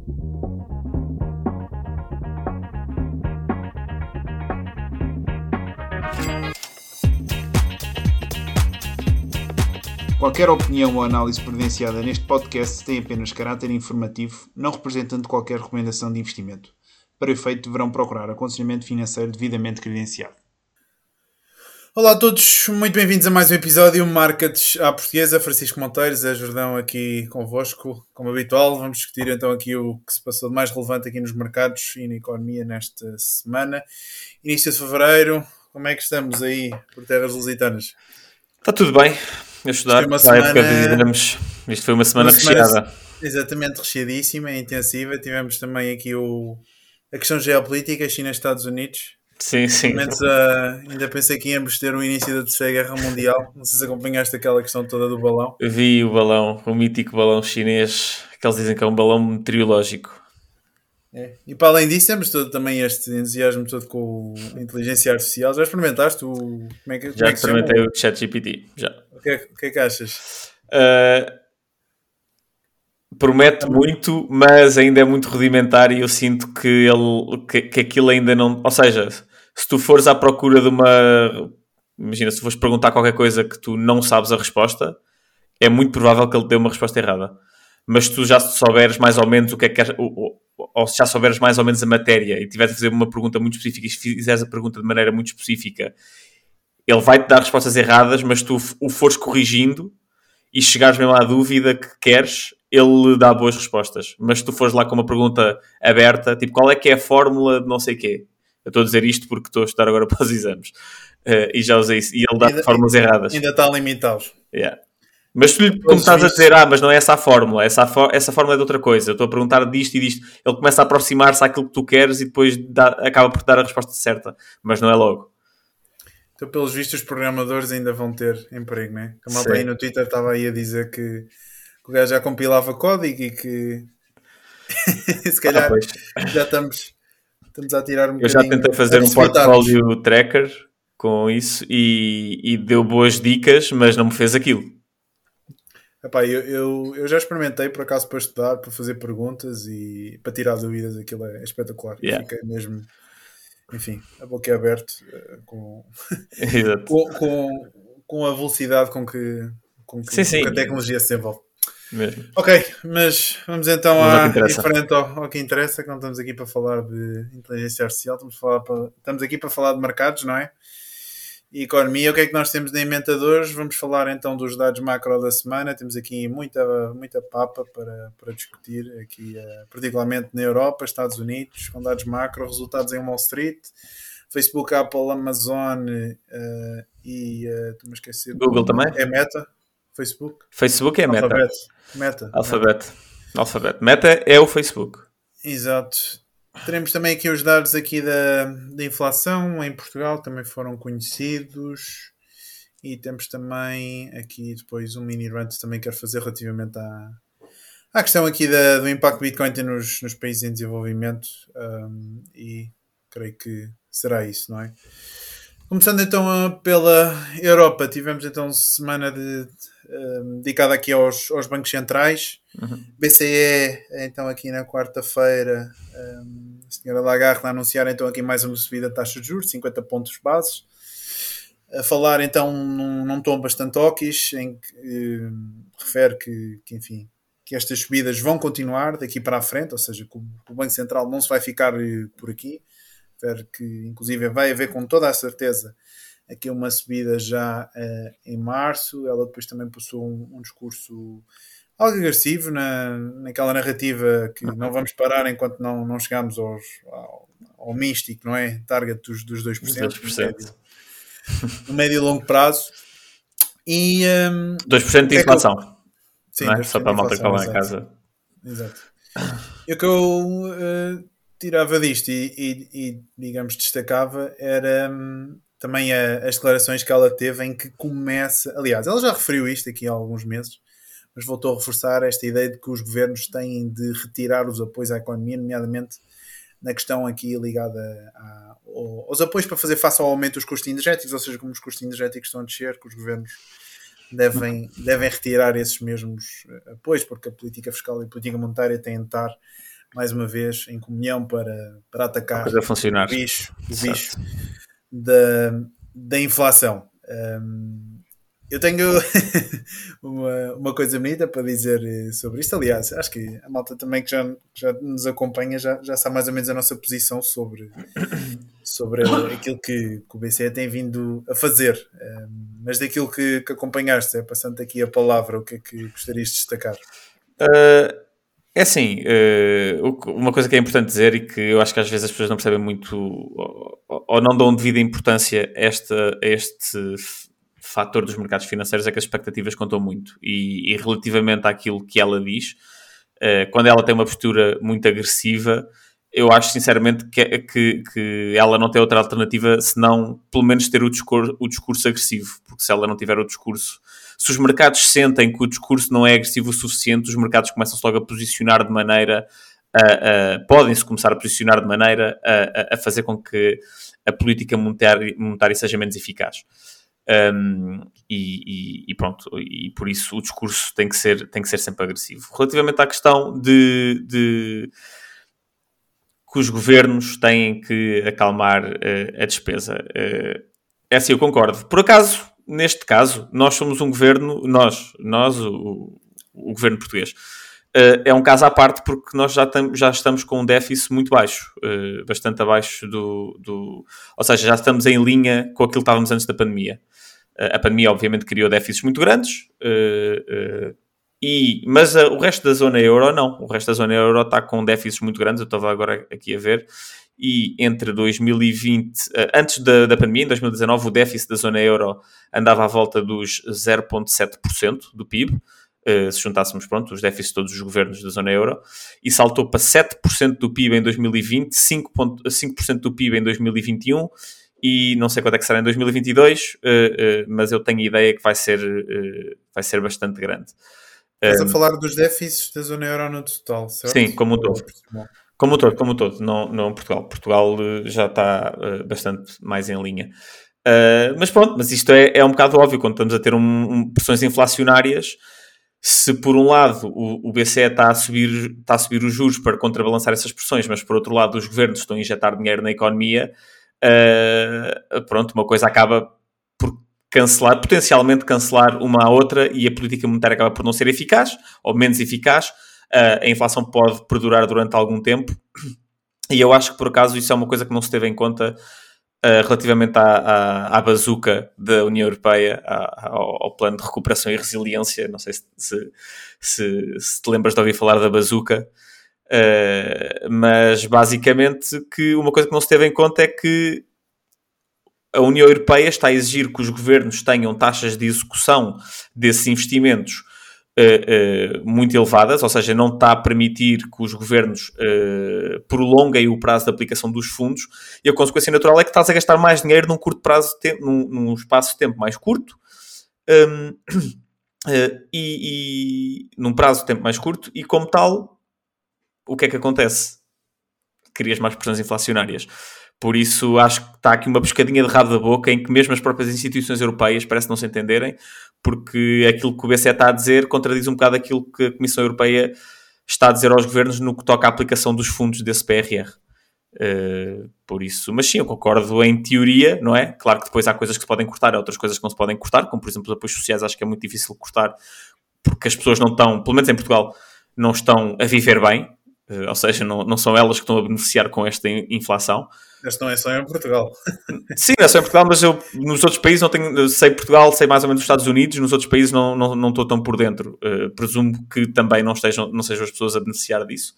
Qualquer opinião ou análise presenciada neste podcast tem apenas caráter informativo, não representando qualquer recomendação de investimento. Para efeito, deverão procurar aconselhamento financeiro devidamente credenciado. Olá a todos, muito bem-vindos a mais um episódio Markets à Portuguesa. Francisco Monteiro, Zé Jordão aqui convosco, como habitual. Vamos discutir então aqui o que se passou de mais relevante aqui nos mercados e na economia nesta semana. Início de fevereiro, como é que estamos aí por terras lusitanas? Está tudo bem. A estudar, isto foi uma semana recheada. Exatamente, recheadíssima, intensiva. Tivemos também aqui a questão geopolítica, China-Estados Unidos. Sim. Ainda pensei que íamos ter o início da Terceira Guerra Mundial. Não sei se acompanhaste aquela questão toda do balão. Vi o balão, o mítico balão chinês, que eles dizem que é um balão meteorológico. E para além disso, temos também este entusiasmo todo com a inteligência artificial. Já experimentaste Já experimentei o ChatGPT, já. O que é que achas? Promete muito, mas ainda é muito rudimentar e eu sinto que aquilo ainda não... Ou seja, se tu fores à procura de uma... Imagina, se fores perguntar qualquer coisa que tu não sabes a resposta, é muito provável que ele te dê uma resposta errada. Mas se tu já souberes mais ou menos o que é que queres... Ou se já souberes mais ou menos a matéria e tiveres a fazer uma pergunta muito específica e fizeres a pergunta de maneira muito específica, ele vai-te dar respostas erradas, mas tu o fores corrigindo e chegares mesmo à dúvida que queres, ele dá boas respostas. Mas se tu fores lá com uma pergunta aberta, tipo, qual é que é a fórmula de não sei quê? Eu estou a dizer isto porque estou a estudar agora para os exames. E já usei isso. E ele dá fórmulas erradas. Ainda está a limitá-los. Yeah. Mas tu como estás a dizer, mas não é essa a fórmula, essa fórmula é de outra coisa. Eu estou a perguntar disto e disto. Ele começa a aproximar-se àquilo que tu queres e depois acaba por dar a resposta certa. Mas não é logo. Então, pelos vistos, os programadores ainda vão ter emprego, não é? A malta aí no Twitter estava aí a dizer que o gajo já compilava código e que se calhar já estamos a tirar um bocadinho. Eu já tentei fazer um portfólio tracker com isso e deu boas dicas, mas não me fez aquilo. Epá, eu já experimentei por acaso para estudar, para fazer perguntas e para tirar dúvidas, aquilo é espetacular. Yeah. Fiquei mesmo, enfim, a boca aberta com a velocidade com que a tecnologia se desenvolve. Mesmo. Ok, mas vamos então em frente ao que interessa, que não estamos aqui para falar de inteligência artificial, estamos aqui para falar de mercados, não é? E economia. O que é que nós temos em mente hoje? Vamos falar então dos dados macro da semana. Temos aqui muita papa para discutir, aqui, particularmente na Europa, Estados Unidos, com dados macro, resultados em Wall Street, Facebook, Apple, Amazon e estou-me a esquecer. Google também? É Meta? Facebook é Meta. Alphabet. Meta é o Facebook. Exato. Teremos também aqui os dados aqui da inflação em Portugal, também foram conhecidos. E temos também aqui depois um mini rant também que quero fazer relativamente à questão aqui do impacto do Bitcoin nos países em desenvolvimento. E creio que será isso, não é? Começando então pela Europa, tivemos então semana dedicada aqui aos bancos centrais. BCE, então aqui na quarta-feira, a senhora Lagarde a anunciar então aqui mais uma subida de taxa de juros, 50 pontos bases. A falar então num tom bastante hawkish, em que refere que enfim, que estas subidas vão continuar daqui para a frente, ou seja, que o Banco Central não se vai ficar por aqui. Espero que, inclusive, vai haver com toda a certeza aqui uma subida já em março. Ela depois também passou um discurso algo agressivo naquela narrativa que não vamos parar enquanto não chegamos ao místico, não é? Target dos 2%. No médio e longo prazo. E 2% de inflação. Sim, não é? Só para a malta que está lá em casa. Exato. E o que eu tirava disto e digamos, destacava era também as declarações que ela teve em que começa... Aliás, ela já referiu isto aqui há alguns meses, mas voltou a reforçar esta ideia de que os governos têm de retirar os apoios à economia, nomeadamente na questão aqui ligada aos apoios para fazer face ao aumento dos custos energéticos, ou seja, como os custos energéticos estão a descer, que os governos devem retirar esses mesmos apoios, porque a política fiscal e a política monetária têm de estar mais uma vez, em comunhão para atacar a funcionar. o bicho da inflação. Eu tenho uma coisa bonita para dizer sobre isto. Aliás, acho que a malta também que já nos acompanha já sabe mais ou menos a nossa posição sobre aquilo que o BCE tem vindo a fazer. Mas daquilo que acompanhaste, passando aqui a palavra, o que é que gostarias de destacar? É assim, uma coisa que é importante dizer e que eu acho que às vezes as pessoas não percebem muito ou não dão devida importância a este fator dos mercados financeiros é que as expectativas contam muito e relativamente àquilo que ela diz, quando ela tem uma postura muito agressiva, eu acho sinceramente que ela não tem outra alternativa senão pelo menos ter o discurso agressivo, porque se ela não tiver o discurso, se os mercados sentem que o discurso não é agressivo o suficiente, os mercados começam-se logo a posicionar de maneira podem-se começar a posicionar de maneira a fazer com que a política monetária seja menos eficaz. E pronto, e por isso o discurso tem que ser sempre agressivo. Relativamente à questão de que os governos têm que acalmar a despesa, é assim, eu concordo. Por acaso, neste caso, nós somos um governo, o governo português, é um caso à parte porque nós já estamos com um déficit muito baixo, bastante abaixo ou seja, já estamos em linha com aquilo que estávamos antes da pandemia. A pandemia, obviamente, criou déficits muito grandes, mas o resto da zona euro não. O resto da zona euro está com déficits muito grandes. Eu estava agora aqui a ver. E entre 2020, antes da pandemia, em 2019, o déficit da zona euro andava à volta dos 0,7% do PIB. Se juntássemos, os déficits de todos os governos da zona euro. E saltou para 7% do PIB em 2020, 5% do PIB em 2021... e não sei quanto é que será em 2022, mas eu tenho a ideia que vai ser bastante grande. Estás a falar dos déficits da zona euro no total, certo? Sim, como um todo. Como um todo, não Portugal. Portugal já está bastante mais em linha. Mas pronto, mas isto é um bocado óbvio, quando estamos a ter pressões inflacionárias, se por um lado o BCE está a subir os juros para contrabalançar essas pressões, mas por outro lado os governos estão a injetar dinheiro na economia, uma coisa acaba por potencialmente cancelar uma à outra e a política monetária acaba por não ser eficaz ou menos eficaz. A inflação pode perdurar durante algum tempo e eu acho que por acaso isso é uma coisa que não se teve em conta relativamente à bazuca da União Europeia, ao plano de recuperação e resiliência. Não sei se te lembras de ouvir falar da bazuca. Mas basicamente que uma coisa que não se teve em conta é que a União Europeia está a exigir que os governos tenham taxas de execução desses investimentos muito elevadas, ou seja, não está a permitir que os governos prolonguem o prazo de aplicação dos fundos, e a consequência natural é que estás a gastar mais dinheiro num curto prazo de tempo, num espaço de tempo mais curto, e num prazo de tempo mais curto, e como tal, o que é que acontece? Crias mais pressões inflacionárias. Por isso, acho que está aqui uma pescadinha de rabo da boca em que mesmo as próprias instituições europeias parece não se entenderem, porque aquilo que o BCE está a dizer contradiz um bocado aquilo que a Comissão Europeia está a dizer aos governos no que toca à aplicação dos fundos desse PRR. Por isso, mas sim, eu concordo em teoria, não é? Claro que depois há coisas que se podem cortar, há outras coisas que não se podem cortar, como por exemplo os apoios sociais. Acho que é muito difícil cortar, porque as pessoas não estão, pelo menos em Portugal, não estão a viver bem, ou seja, não são elas que estão a beneficiar com esta inflação. Mas não é só em Portugal. Sim, não é só em Portugal, mas eu nos outros países não tenho, sei Portugal, sei mais ou menos os Estados Unidos, nos outros países não estou tão por dentro. Presumo que também não sejam as pessoas a beneficiar disso.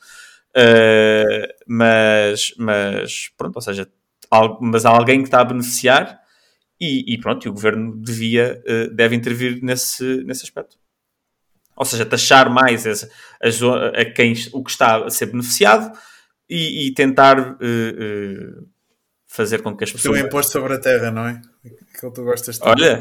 Mas pronto, ou seja, mas há alguém que está a beneficiar e pronto, e o governo deve intervir nesse aspecto. Ou seja, taxar mais o que está a ser beneficiado e tentar fazer com que as pessoas... O imposto sobre a terra, não é? Que tu gostas de... Olha,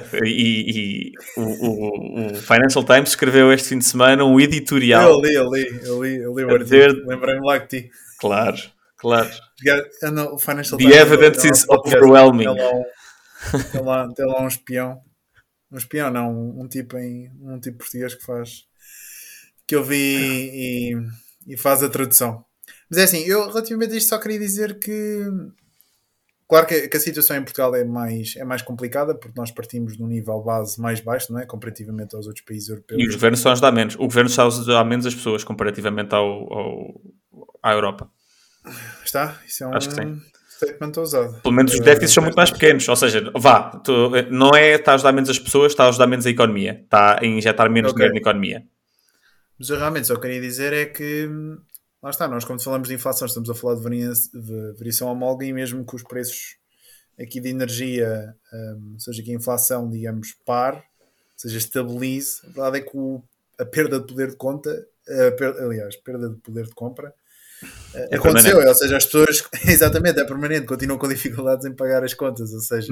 o Financial Times escreveu este fim de semana um editorial. Eu li o artigo. Lembrei-me lá de ti. Claro. O Financial The Times, evidence is overwhelming. Tem lá um espião. Um espião, não. Um tipo português que eu vi e faz a tradução. Mas é assim, eu relativamente a isto só queria dizer que, claro que a situação em Portugal é mais complicada, porque nós partimos de um nível base mais baixo, não é? Comparativamente aos outros países europeus. E os governos estão a ajudar menos. O governo está a ajudar menos as pessoas comparativamente à Europa. Está? Isso é Acho que sim. statement ousado. Pelo menos os déficits são muito mais pequenos. Ou seja, não está a ajudar menos as pessoas, está a ajudar menos a economia. Está a injetar menos dinheiro na economia. Mas eu realmente só queria dizer é que, lá está, nós quando falamos de inflação estamos a falar de variação homóloga, e mesmo que os preços aqui de energia, ou seja, que a inflação, digamos, ou seja, estabilize, a verdade é que a perda de poder de conta, perda de poder de compra, aconteceu, permanente. ou seja, as pessoas, exatamente, é permanente, continuam com dificuldades em pagar as contas, ou seja,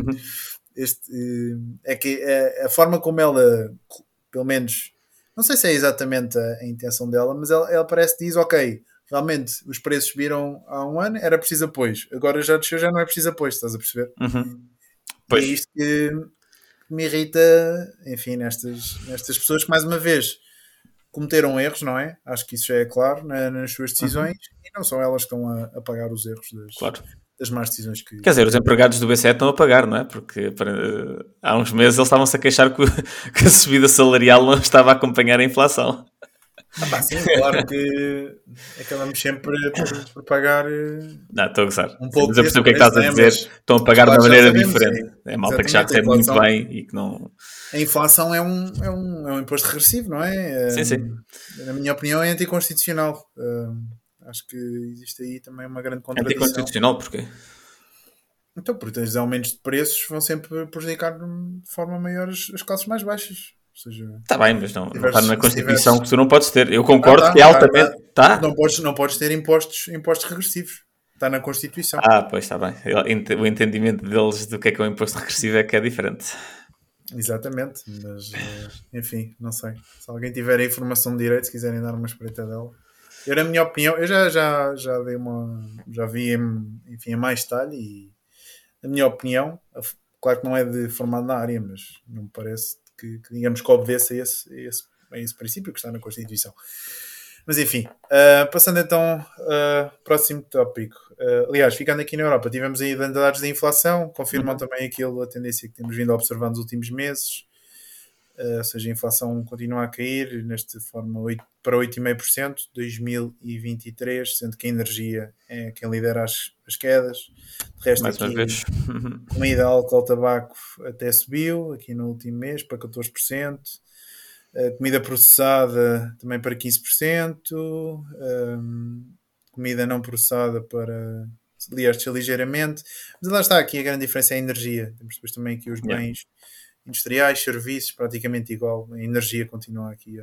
é que a forma como ela, pelo menos, não sei se é exatamente a intenção dela, mas ela parece que diz, ok, realmente os preços subiram há um ano, era preciso apoio, agora já desceu, já não é preciso apoio, estás a perceber? E é isto que me irrita, enfim, nestas pessoas que, mais uma vez, cometeram erros, não é? Acho que isso já é claro nas suas decisões, e não são elas que estão a pagar os erros das más decisões que... Quer dizer, os empregados do BCE estão a pagar, não é? Porque há uns meses eles estavam-se a queixar que a subida salarial não estava a acompanhar a inflação. Sim, claro que acabamos sempre por pagar. Não, estou a gozar. Um pouco, mas eu percebo o que é que estás a dizer. Estão a pagar de uma maneira diferente. É malta que já recebe muito bem e que não... A inflação é um imposto regressivo, não é? Sim. Na minha opinião, é anticonstitucional. Acho que existe aí também uma grande contradição. Anticonstitucional porquê? Então, porque os aumentos de preços vão sempre prejudicar de forma maior as classes mais baixas. Está bem, mas não está na Constituição que tu não podes ter. Eu concordo que é altamente... Não podes ter impostos regressivos. Está na Constituição. Pois está bem. O entendimento deles do que é o imposto regressivo é que é diferente. Exatamente, mas enfim, não sei. Se alguém tiver a informação de direito, se quiserem dar uma espreita dela. Eu, na minha opinião, eu já dei já vi, enfim, a mais detalhe, e na minha opinião, claro que não é de formado na área, mas não me parece que digamos que obedeça a esse princípio que está na Constituição. Mas enfim, passando então próximo tópico. Aliás, ficando aqui na Europa, tivemos aí dados de inflação, confirmam também a tendência que temos vindo a observar nos últimos meses. Ou seja, a inflação continua a cair nesta forma para 8,5% 2023, sendo que a energia é quem lidera as quedas. De resto, mais aqui, uma vez. Comida, álcool, tabaco até subiu aqui no último mês para 14%. Comida processada também para 15%. Comida não processada para ligeiramente. Mas lá está, aqui a grande diferença é a energia. Temos depois também aqui os bens industriais, serviços, praticamente igual. A energia continua aqui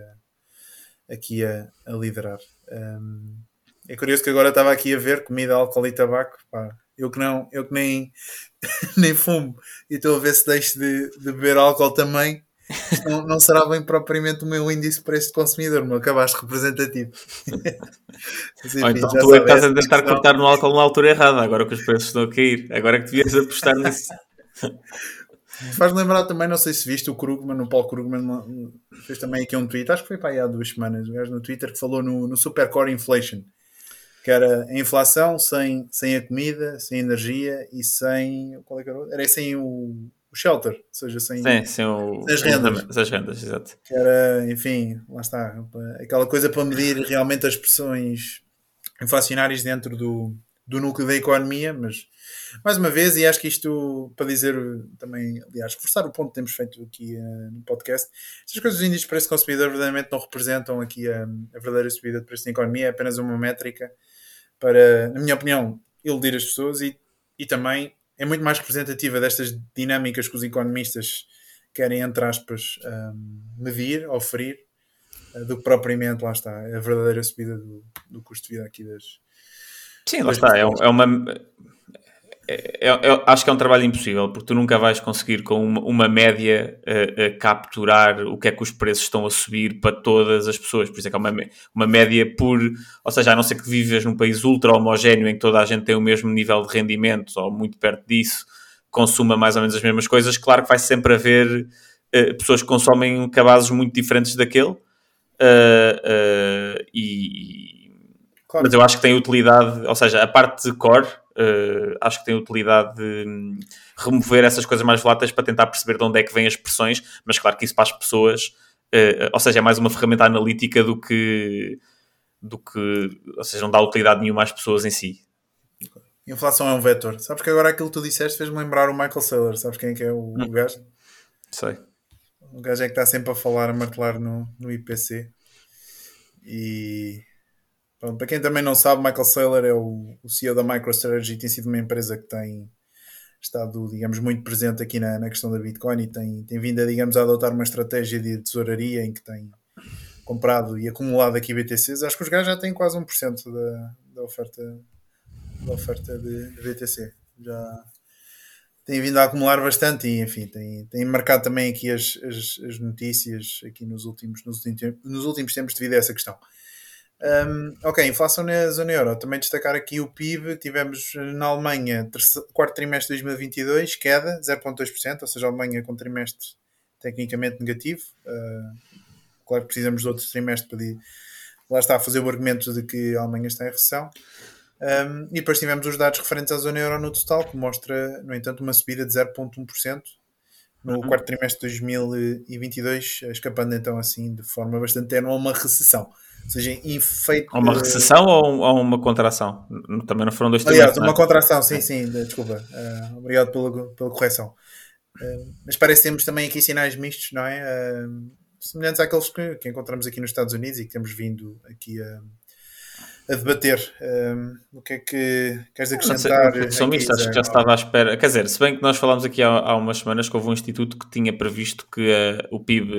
a liderar. É curioso que agora estava aqui a ver comida, álcool e tabaco. Eu que nem fumo, e estou a ver se deixo de beber álcool também. Não será bem propriamente o meu índice de preço de consumidor, o meu cabaz representativo. Mas, enfim, então tu é que estás a tentar cortar no álcool na altura errada, agora que os preços estão a cair. Agora que devias apostar nisso. Faz lembrar também, não sei se viste o Krugman, o Paul Krugman fez também aqui um tweet, acho que foi para aí há 2 semanas, um gajo no Twitter que falou no Supercore Inflation, que era a inflação sem a comida, sem a energia e sem... Qual é que era? Sem o shelter, ou seja, sem as rendas. As rendas, exato. Que era, enfim, lá está, aquela coisa para medir realmente as pressões inflacionárias dentro do núcleo da economia, mas mais uma vez, e acho que isto para dizer também, aliás, reforçar o ponto que temos feito aqui no podcast, estas coisas, os índices de preço consumidor verdadeiramente não representam aqui a verdadeira subida de preço da economia, é apenas uma métrica para, na minha opinião, iludir as pessoas e também é muito mais representativa destas dinâmicas que os economistas querem, entre aspas, medir, oferir, do que propriamente, lá está, a verdadeira subida do custo de vida aqui das... Sim, lá está, acho que é um trabalho impossível, porque tu nunca vais conseguir com uma média capturar o que é que os preços estão a subir para todas as pessoas. Por isso é que é uma média ou seja, a não ser que vivas num país ultra homogéneo em que toda a gente tem o mesmo nível de rendimento ou muito perto disso, consuma mais ou menos as mesmas coisas. Claro que vai sempre haver pessoas que consomem cabazes muito diferentes daquele claro. Mas eu acho que tem utilidade, ou seja, a parte de core, acho que tem utilidade de remover essas coisas mais voláteis para tentar perceber de onde é que vêm as pressões, mas claro que isso para as pessoas, ou seja, é mais uma ferramenta analítica do que, ou seja, não dá utilidade nenhuma às pessoas em si. Inflação é um vetor. Sabes que agora aquilo que tu disseste fez-me lembrar o Michael Saylor. Sabes quem é que é o gajo? Sei. O gajo é que está sempre a falar, a martelar no IPC. E pronto, para quem também não sabe, Michael Saylor é o CEO da MicroStrategy, tem sido uma empresa que tem estado, digamos, muito presente aqui na questão da Bitcoin e tem vindo a, digamos, a adotar uma estratégia de tesouraria em que tem comprado e acumulado aqui BTCs. Acho que os gajos já têm quase 1% da oferta de BTC. Já tem vindo a acumular bastante e, enfim, tem marcado também aqui as notícias aqui nos últimos tempos devido a essa questão. Ok, inflação na zona euro. Também destacar aqui o PIB. Tivemos na Alemanha, quarto trimestre de 2022, queda 0,2%, ou seja, a Alemanha com trimestre tecnicamente negativo. Claro que precisamos de outro trimestre para lá está a fazer o argumento de que a Alemanha está em recessão. E depois tivemos os dados referentes à zona euro no total, que mostra, no entanto, uma subida de 0,1% no quarto trimestre de 2022, escapando então assim de forma bastante tenue a uma recessão. Ou seja, Uma recessão ou uma contração? Também não foram dois trimestres. Aliás, uma contração, sim, desculpa. Obrigado pela correção. Mas parece que temos também aqui sinais mistos, não é? Semelhantes àqueles que encontramos aqui nos Estados Unidos e que temos vindo aqui a debater. O que é que queres acrescentar? São mistos, acho que já estava à espera. Quer dizer, se bem que nós falámos aqui há umas semanas que houve um instituto que tinha previsto que o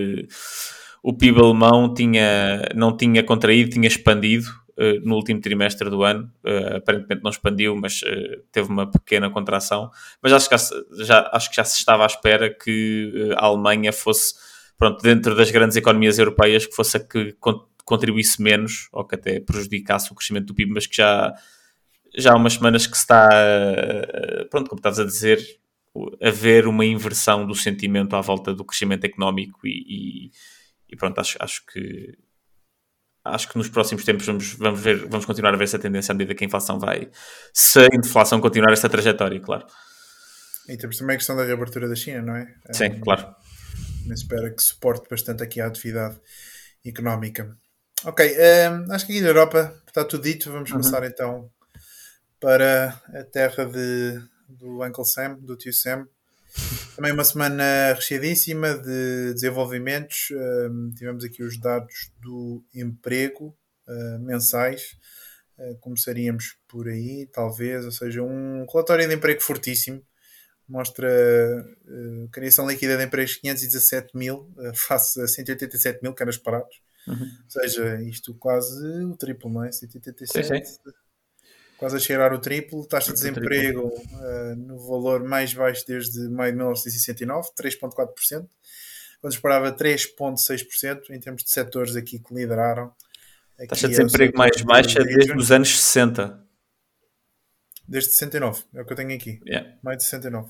PIB alemão não tinha contraído, tinha expandido no último trimestre do ano. Aparentemente não expandiu, mas teve uma pequena contração. Mas acho que já se estava à espera que a Alemanha fosse, pronto, dentro das grandes economias europeias, que fosse a que contribuísse menos, ou que até prejudicasse o crescimento do PIB, mas que já há umas semanas que se está, pronto, como estás a dizer, a ver uma inversão do sentimento à volta do crescimento económico e pronto, acho que nos próximos tempos vamos continuar a ver essa tendência à medida que a inflação vai, se a inflação continuar esta trajetória, claro. E temos também a questão da reabertura da China, não é? Sim, claro. Espero que suporte bastante aqui a atividade económica. Ok, acho que aqui na Europa está tudo dito. Vamos passar então para a terra do Uncle Sam, do tio Sam. Também uma semana recheadíssima de desenvolvimentos. Tivemos aqui os dados do emprego mensais. Começaríamos por aí, talvez, ou seja, um relatório de emprego fortíssimo. Mostra criação líquida de empregos 517 mil face a 187 mil que eram esperados. Ou seja, isto quase o triplo, não é? 187, sim. Quase a cheirar o triplo. Taxa de desemprego no valor mais baixo desde maio de 1969, 3,4%. Quando esperava 3,6% em termos de setores aqui que lideraram. Taxa de desemprego mais baixa desde os anos 60. Desde 69, é o que eu tenho aqui. Yeah. Mais de 69. Ou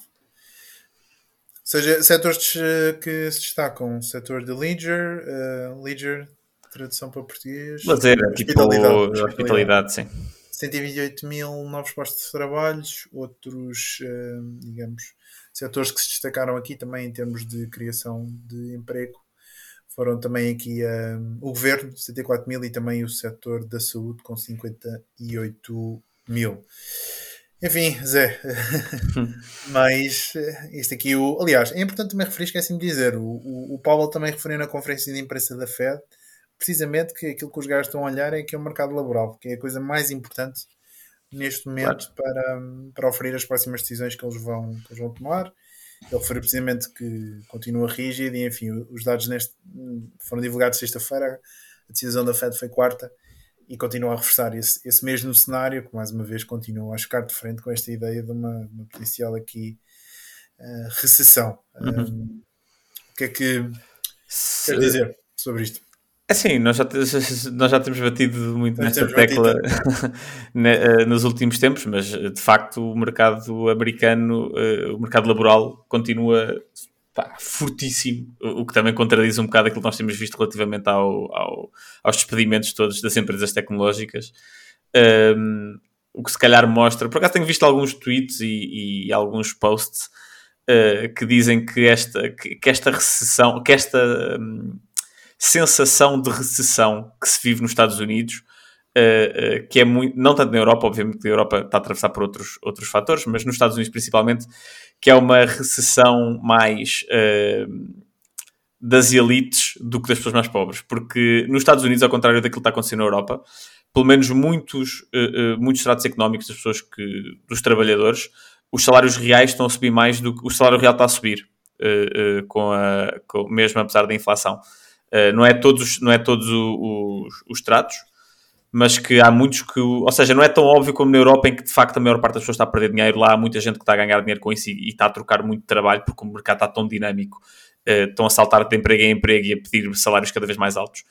seja, setores que se destacam. Setor de Leisure, tradução para português. Lazer, tipo hospitalidade, sim. 128 mil novos postos de trabalho. Outros, digamos, setores que se destacaram aqui também em termos de criação de emprego. Foram também aqui o governo, 74 mil, e também o setor da saúde, com 58 mil. Enfim, Zé, mas isto aqui, aliás, é importante também referir, esqueci-me de dizer, o Powell também referiu na conferência de imprensa da Fed, precisamente que aquilo que os gajos estão a olhar é que é o mercado laboral, que é a coisa mais importante neste momento, claro, para oferir as próximas decisões que eles vão tomar. Ele referiu precisamente que continua rígido e, enfim, os dados foram divulgados sexta-feira, a decisão da Fed foi quarta, e continua a reforçar esse mesmo cenário, que mais uma vez continua a chocar de frente com esta ideia de uma potencial aqui recessão. O que é que quer dizer sobre isto? Assim, nós já temos batido muito nesta tecla nos últimos tempos, mas de facto o mercado americano, o mercado laboral continua fortíssimo, o que também contradiz um bocado aquilo que nós temos visto relativamente aos despedimentos todos das empresas tecnológicas. O que se calhar mostra... Por acaso tenho visto alguns tweets e alguns posts que dizem que esta recessão, que esta sensação de recessão que se vive nos Estados Unidos, que é muito, não tanto na Europa, obviamente que a Europa está a atravessar por outros fatores, mas nos Estados Unidos principalmente, que é uma recessão mais das elites do que das pessoas mais pobres, porque nos Estados Unidos, ao contrário daquilo que está acontecendo na Europa, pelo menos muitos estratos económicos das pessoas dos trabalhadores, os salários reais estão a subir mais do que o salário real está a subir, mesmo apesar da inflação. Não é todos os estratos, mas que há muitos que... Ou seja, não é tão óbvio como na Europa, em que de facto a maior parte das pessoas está a perder dinheiro. Lá há muita gente que está a ganhar dinheiro com isso e está a trocar muito trabalho, porque o mercado está tão dinâmico. Estão a saltar de emprego em emprego e a pedir salários cada vez mais altos.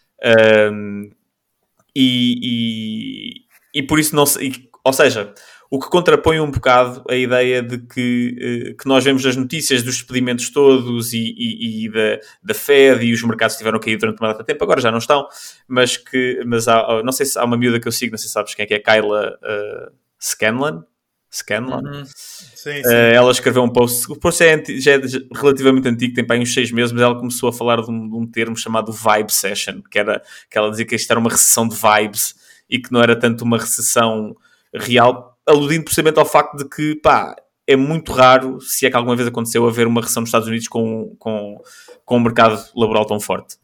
E por isso não se... Ou seja, o que contrapõe um bocado a ideia de que nós vemos as notícias dos despedimentos todos e da Fed, e os mercados tiveram caído durante uma data de tempo, agora já não estão, mas não sei se há uma miúda que eu sigo, não sei se sabes quem é Kyla Scanlon. Sim, sim. Ela escreveu um post, o post já é relativamente antigo, tem para aí uns 6 meses, mas ela começou a falar de um termo chamado Vibe Session, que ela dizia que isto era uma recessão de vibes e que não era tanto uma recessão real, aludindo precisamente ao facto de que, é muito raro, se é que alguma vez aconteceu, haver uma recessão nos Estados Unidos com um mercado laboral tão forte.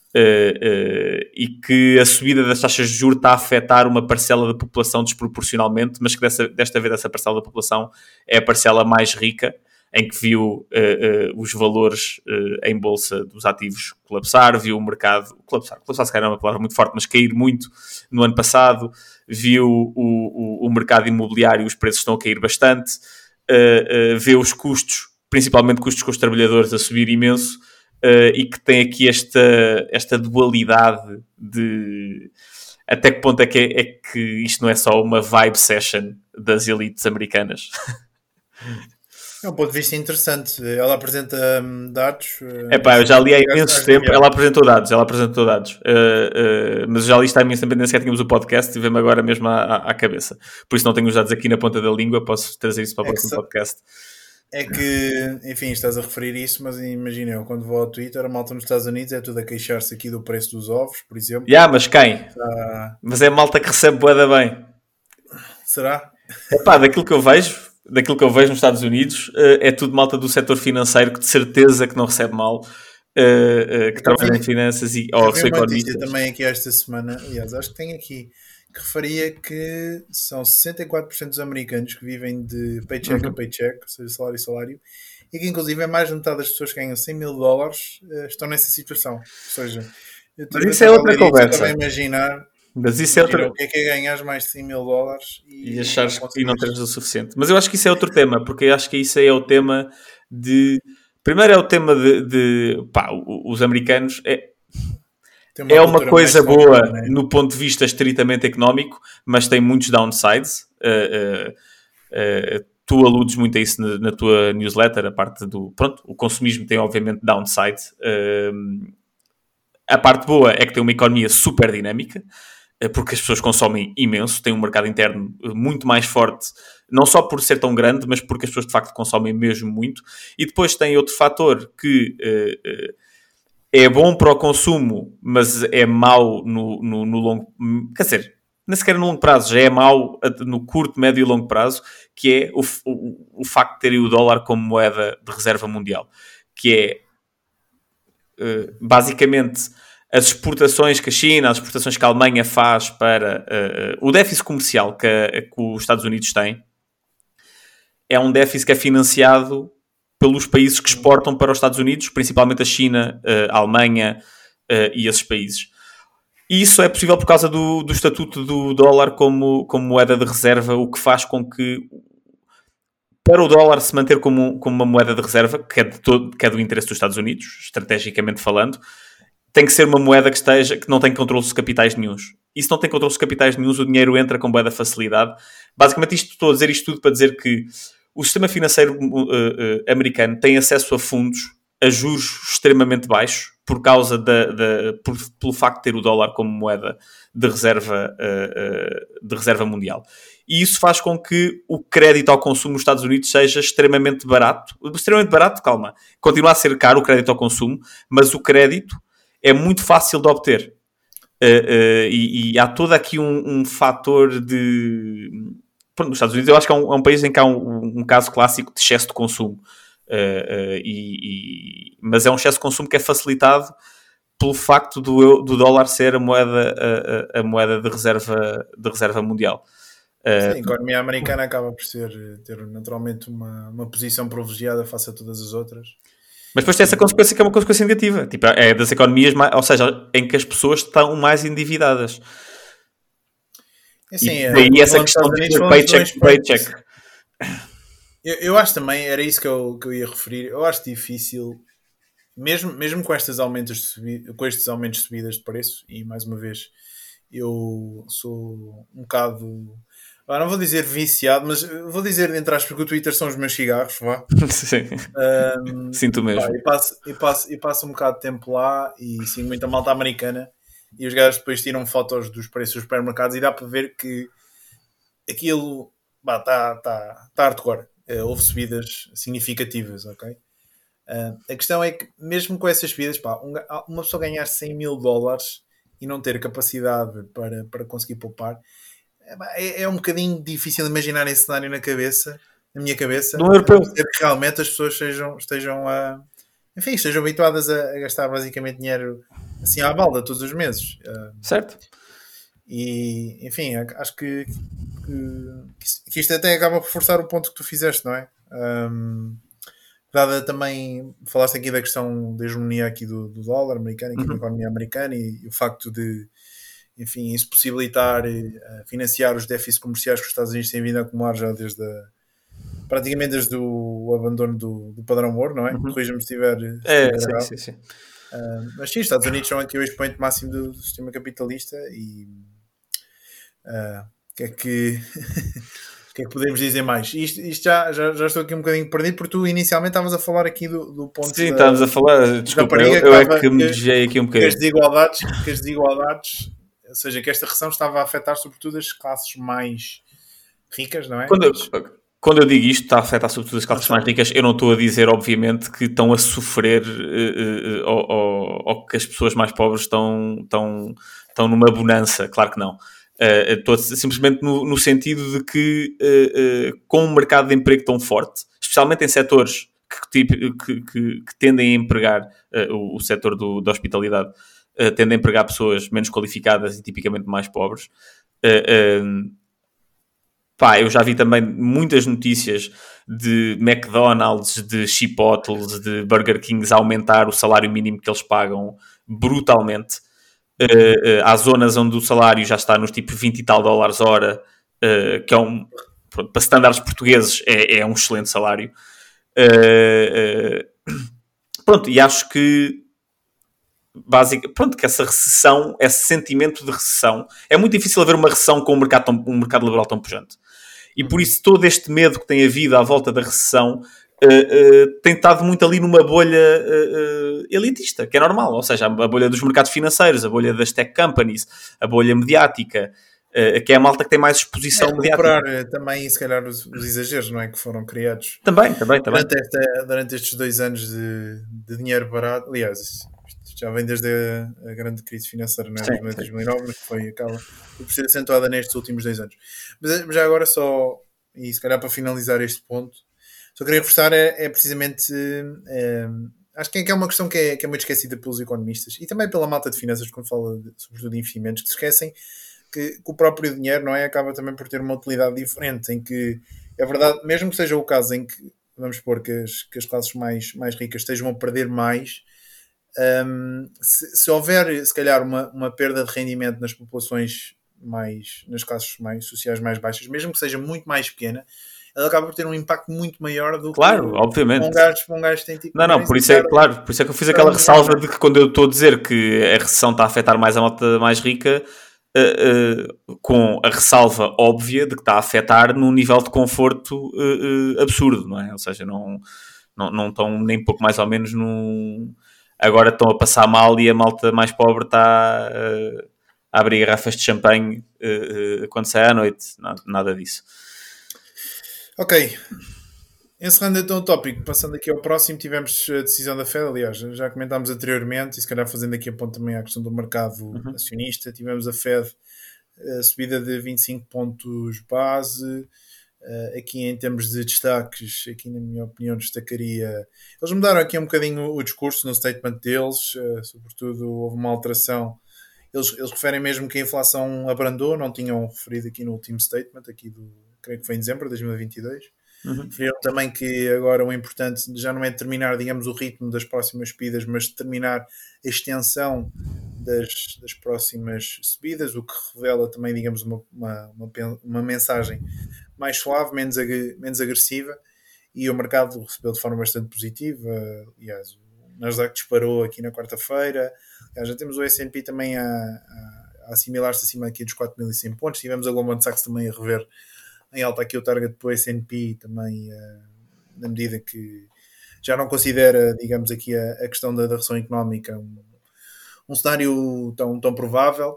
E que a subida das taxas de juros está a afetar uma parcela da população desproporcionalmente, mas que desta vez essa parcela da população é a parcela mais rica, em que viu os valores em bolsa dos ativos colapsar, viu o mercado colapsar se calhar é uma palavra muito forte, mas cair muito no ano passado, viu o mercado imobiliário, os preços estão a cair bastante, vê os custos, principalmente custos com os trabalhadores, a subir imenso, e que tem aqui esta dualidade de até que ponto é que isto não é só uma vibe session das elites americanas. É um ponto de vista interessante. Ela apresenta dados. Eu já li há imenso tempo. Ela apresentou dados. Mas já li isto há imenso tempo. Nem sequer tínhamos o podcast e vem-me agora mesmo à cabeça. Por isso não tenho os dados aqui na ponta da língua. Posso trazer isso para o próximo podcast. É que, enfim, estás a referir isso, mas imagina, eu quando vou ao Twitter, a malta nos Estados Unidos é tudo a queixar-se aqui do preço dos ovos, por exemplo. Mas quem? Mas é a malta que recebe bué bem. Será? Daquilo que eu vejo nos Estados Unidos, é tudo malta do setor financeiro que de certeza que não recebe mal, que trabalha em finanças e são economistas. Também aqui esta semana, aliás, acho que tem aqui, que referia que são 64% dos americanos que vivem de paycheck a paycheck, ou seja, salário a salário, e que inclusive é mais de metade das pessoas que ganham $100,000 estão nessa situação. Ou seja, mas isso é outra conversa. Para imaginar, mas isso é outra... o que é ganhar mais de $100,000 e achares que não teres o suficiente. Mas eu acho que isso é outro tema, porque eu acho que isso é o tema de... Primeiro é o tema de os americanos... É uma coisa boa no ponto de vista estritamente económico, mas tem muitos downsides. Tu aludes muito a isso na tua newsletter, a parte do... Pronto, o consumismo tem obviamente downsides. A parte boa é que tem uma economia super dinâmica, porque as pessoas consomem imenso, tem um mercado interno muito mais forte, não só por ser tão grande, mas porque as pessoas de facto consomem mesmo muito. E depois tem outro fator que... é bom para o consumo, mas é mau no longo... Quer dizer, nem sequer no longo prazo, já é mau no curto, médio e longo prazo, que é o facto de terem o dólar como moeda de reserva mundial. Que é, basicamente, as exportações que a China, as exportações que a Alemanha faz para... o déficit comercial que os Estados Unidos têm é um déficit que é financiado pelos países que exportam para os Estados Unidos, principalmente a China, a Alemanha e esses países. E isso é possível por causa do estatuto do dólar como moeda de reserva, o que faz com que, para o dólar se manter como uma moeda de reserva, que é do interesse dos Estados Unidos, estrategicamente falando, tem que ser uma moeda que não tem controle de capitais nenhuns. E se não tem controle de capitais nenhuns, o dinheiro entra com bué da facilidade. Basicamente, estou a dizer isto tudo para dizer que o sistema financeiro americano tem acesso a fundos a juros extremamente baixos por causa pelo facto de ter o dólar como moeda de reserva mundial. E isso faz com que o crédito ao consumo nos Estados Unidos seja extremamente barato. Extremamente barato, calma. Continua a ser caro o crédito ao consumo, mas o crédito é muito fácil de obter. E há todo aqui um fator de... Pronto, nos Estados Unidos eu acho que é um país em que há um caso clássico de excesso de consumo. Mas é um excesso de consumo que é facilitado pelo facto do dólar ser a moeda de reserva mundial. Sim, a economia americana acaba por ter naturalmente uma posição privilegiada face a todas as outras. Mas depois tem essa consequência que é uma consequência negativa. Tipo, é das economias, ou seja, em que as pessoas estão mais endividadas. Assim, e daí essa questão de paycheck. Eu acho também, era isso que eu ia referir, eu acho difícil, mesmo com estes aumentos de subidas de preço, e mais uma vez, eu sou um bocado... não vou dizer viciado, mas vou dizer, entre aspas, porque o Twitter são os meus cigarros, vá. Sim. Sinto mesmo. E passo um bocado de tempo lá e sigo muita malta americana e os gajos depois tiram fotos dos preços dos supermercados e dá para ver que aquilo está hardcore. Houve subidas significativas, ok? A questão é que mesmo com essas subidas, uma pessoa ganhar $100,000 e não ter capacidade para conseguir poupar, é um bocadinho difícil imaginar esse cenário na minha cabeça, que realmente as pessoas estejam habituadas a gastar basicamente dinheiro assim à balda todos os meses. Certo. E enfim, acho que isto até acaba por forçar o ponto que tu fizeste, não é? Dada também, falaste aqui da questão da hegemonia aqui do dólar americano, aqui da economia americana e o facto de, enfim, isso possibilitar financiar os déficits comerciais que os Estados Unidos têm vindo a acumular já praticamente desde o abandono do padrão ouro, não é? Corrija-me se estiver errado. Sim. Mas sim, os Estados Unidos são aqui o expoente máximo do sistema capitalista e o que é que podemos dizer mais? Isto já estou aqui um bocadinho perdido, porque tu inicialmente estavas a falar aqui do ponto. Sim, estávamos a falar, desculpa, eu é que me desviei aqui um bocadinho. Que as desigualdades, ou seja, que esta recessão estava a afetar sobretudo as classes mais ricas, não é? Quando eu digo isto, está a afetar sobretudo as classes mais ricas, eu não estou a dizer, obviamente, que estão a sofrer ou que as pessoas mais pobres estão numa bonança, claro que não. Estou simplesmente no sentido de que com um mercado de emprego tão forte, especialmente em setores que tendem a empregar o setor da hospitalidade, tendem a empregar pessoas menos qualificadas e tipicamente mais pobres. Eu já vi também muitas notícias de McDonald's, de Chipotles, de Burger Kings a aumentar o salário mínimo que eles pagam brutalmente. Há zonas onde o salário já está nos tipo 20 e tal dólares hora, que é para estándares portugueses é um excelente salário. E acho que que essa recessão, esse sentimento de recessão, é muito difícil haver uma recessão com um mercado laboral tão pujante. E por isso todo este medo que tem havido à volta da recessão tem estado muito ali numa bolha elitista, que é normal, ou seja, a bolha dos mercados financeiros, a bolha das tech companies, a bolha mediática, que é a malta que tem mais exposição mediática. Também, se calhar, os exageros, não é? Que foram criados também. Durante estes 2 anos de dinheiro barato. Aliás, isto já vem desde a grande crise financeira, não é? De 2009, mas acaba por ser acentuada nestes últimos 2 anos. Mas já agora e se calhar para finalizar este ponto, só queria reforçar é precisamente acho que é uma questão que é muito esquecida pelos economistas e também pela malta de finanças quando fala sobretudo de investimentos, que se esquecem que o próprio dinheiro, não é, acaba também por ter uma utilidade diferente, em que é verdade, mesmo que seja o caso em que vamos supor que as classes mais ricas estejam a perder mais, se houver se calhar uma perda de rendimento nas populações nas classes mais sociais mais baixas, mesmo que seja muito mais pequena, ela acaba por ter um impacto muito maior do que obviamente. Um gajo tem tipo... por isso é claro, por isso é que eu fiz aquela ressalva de que quando eu estou a dizer que a recessão está a afetar mais a malta mais rica, com a ressalva óbvia de que está a afetar num nível de conforto absurdo, não é? Ou seja, Não estão nem pouco mais ou menos agora estão a passar mal e a malta mais pobre está a abrir garrafas de champanhe quando sai à noite. Nada disso. Ok. Encerrando então o tópico, passando aqui ao próximo, tivemos a decisão da Fed, aliás, já comentámos anteriormente, e se calhar fazendo aqui a ponto também à questão do mercado acionista, tivemos a Fed a subida de 25 pontos base. Aqui em termos de destaques, aqui na minha opinião destacaria, eles mudaram aqui um bocadinho o discurso no statement deles, sobretudo houve uma alteração, eles referem mesmo que a inflação abrandou, não tinham referido aqui no último statement, aqui creio que foi em dezembro de 2022. Referiram também que agora o importante já não é determinar, digamos, o ritmo das próximas subidas, mas determinar a extensão das próximas subidas, o que revela também, digamos, uma mensagem mais suave, menos agressiva, e o mercado recebeu de forma bastante positiva. Aliás, o Nasdaq disparou aqui na quarta-feira. Aliás, já temos o S&P também a assimilar-se acima aqui dos 4.100 pontos. Tivemos a Goldman Sachs também a rever em alta aqui o target do S&P também, na medida que já não considera, digamos, aqui a questão da recessão económica um cenário tão provável.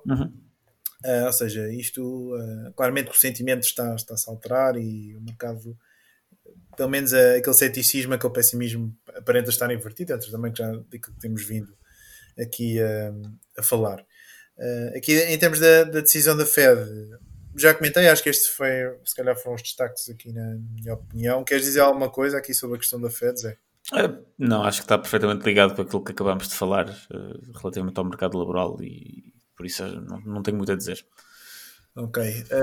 Ou seja, isto claramente que o sentimento está-se a alterar e o mercado, pelo menos aquele ceticismo, aquele pessimismo aparenta estar invertido, antes também já daquilo que temos vindo aqui a falar. Aqui em termos da decisão da Fed, já comentei, acho que este se calhar foram os destaques aqui na minha opinião. Queres dizer alguma coisa aqui sobre a questão da Fed, Zé? Não, acho que está perfeitamente ligado com aquilo que acabámos de falar relativamente ao mercado laboral e por isso não tenho muito a dizer. Ok.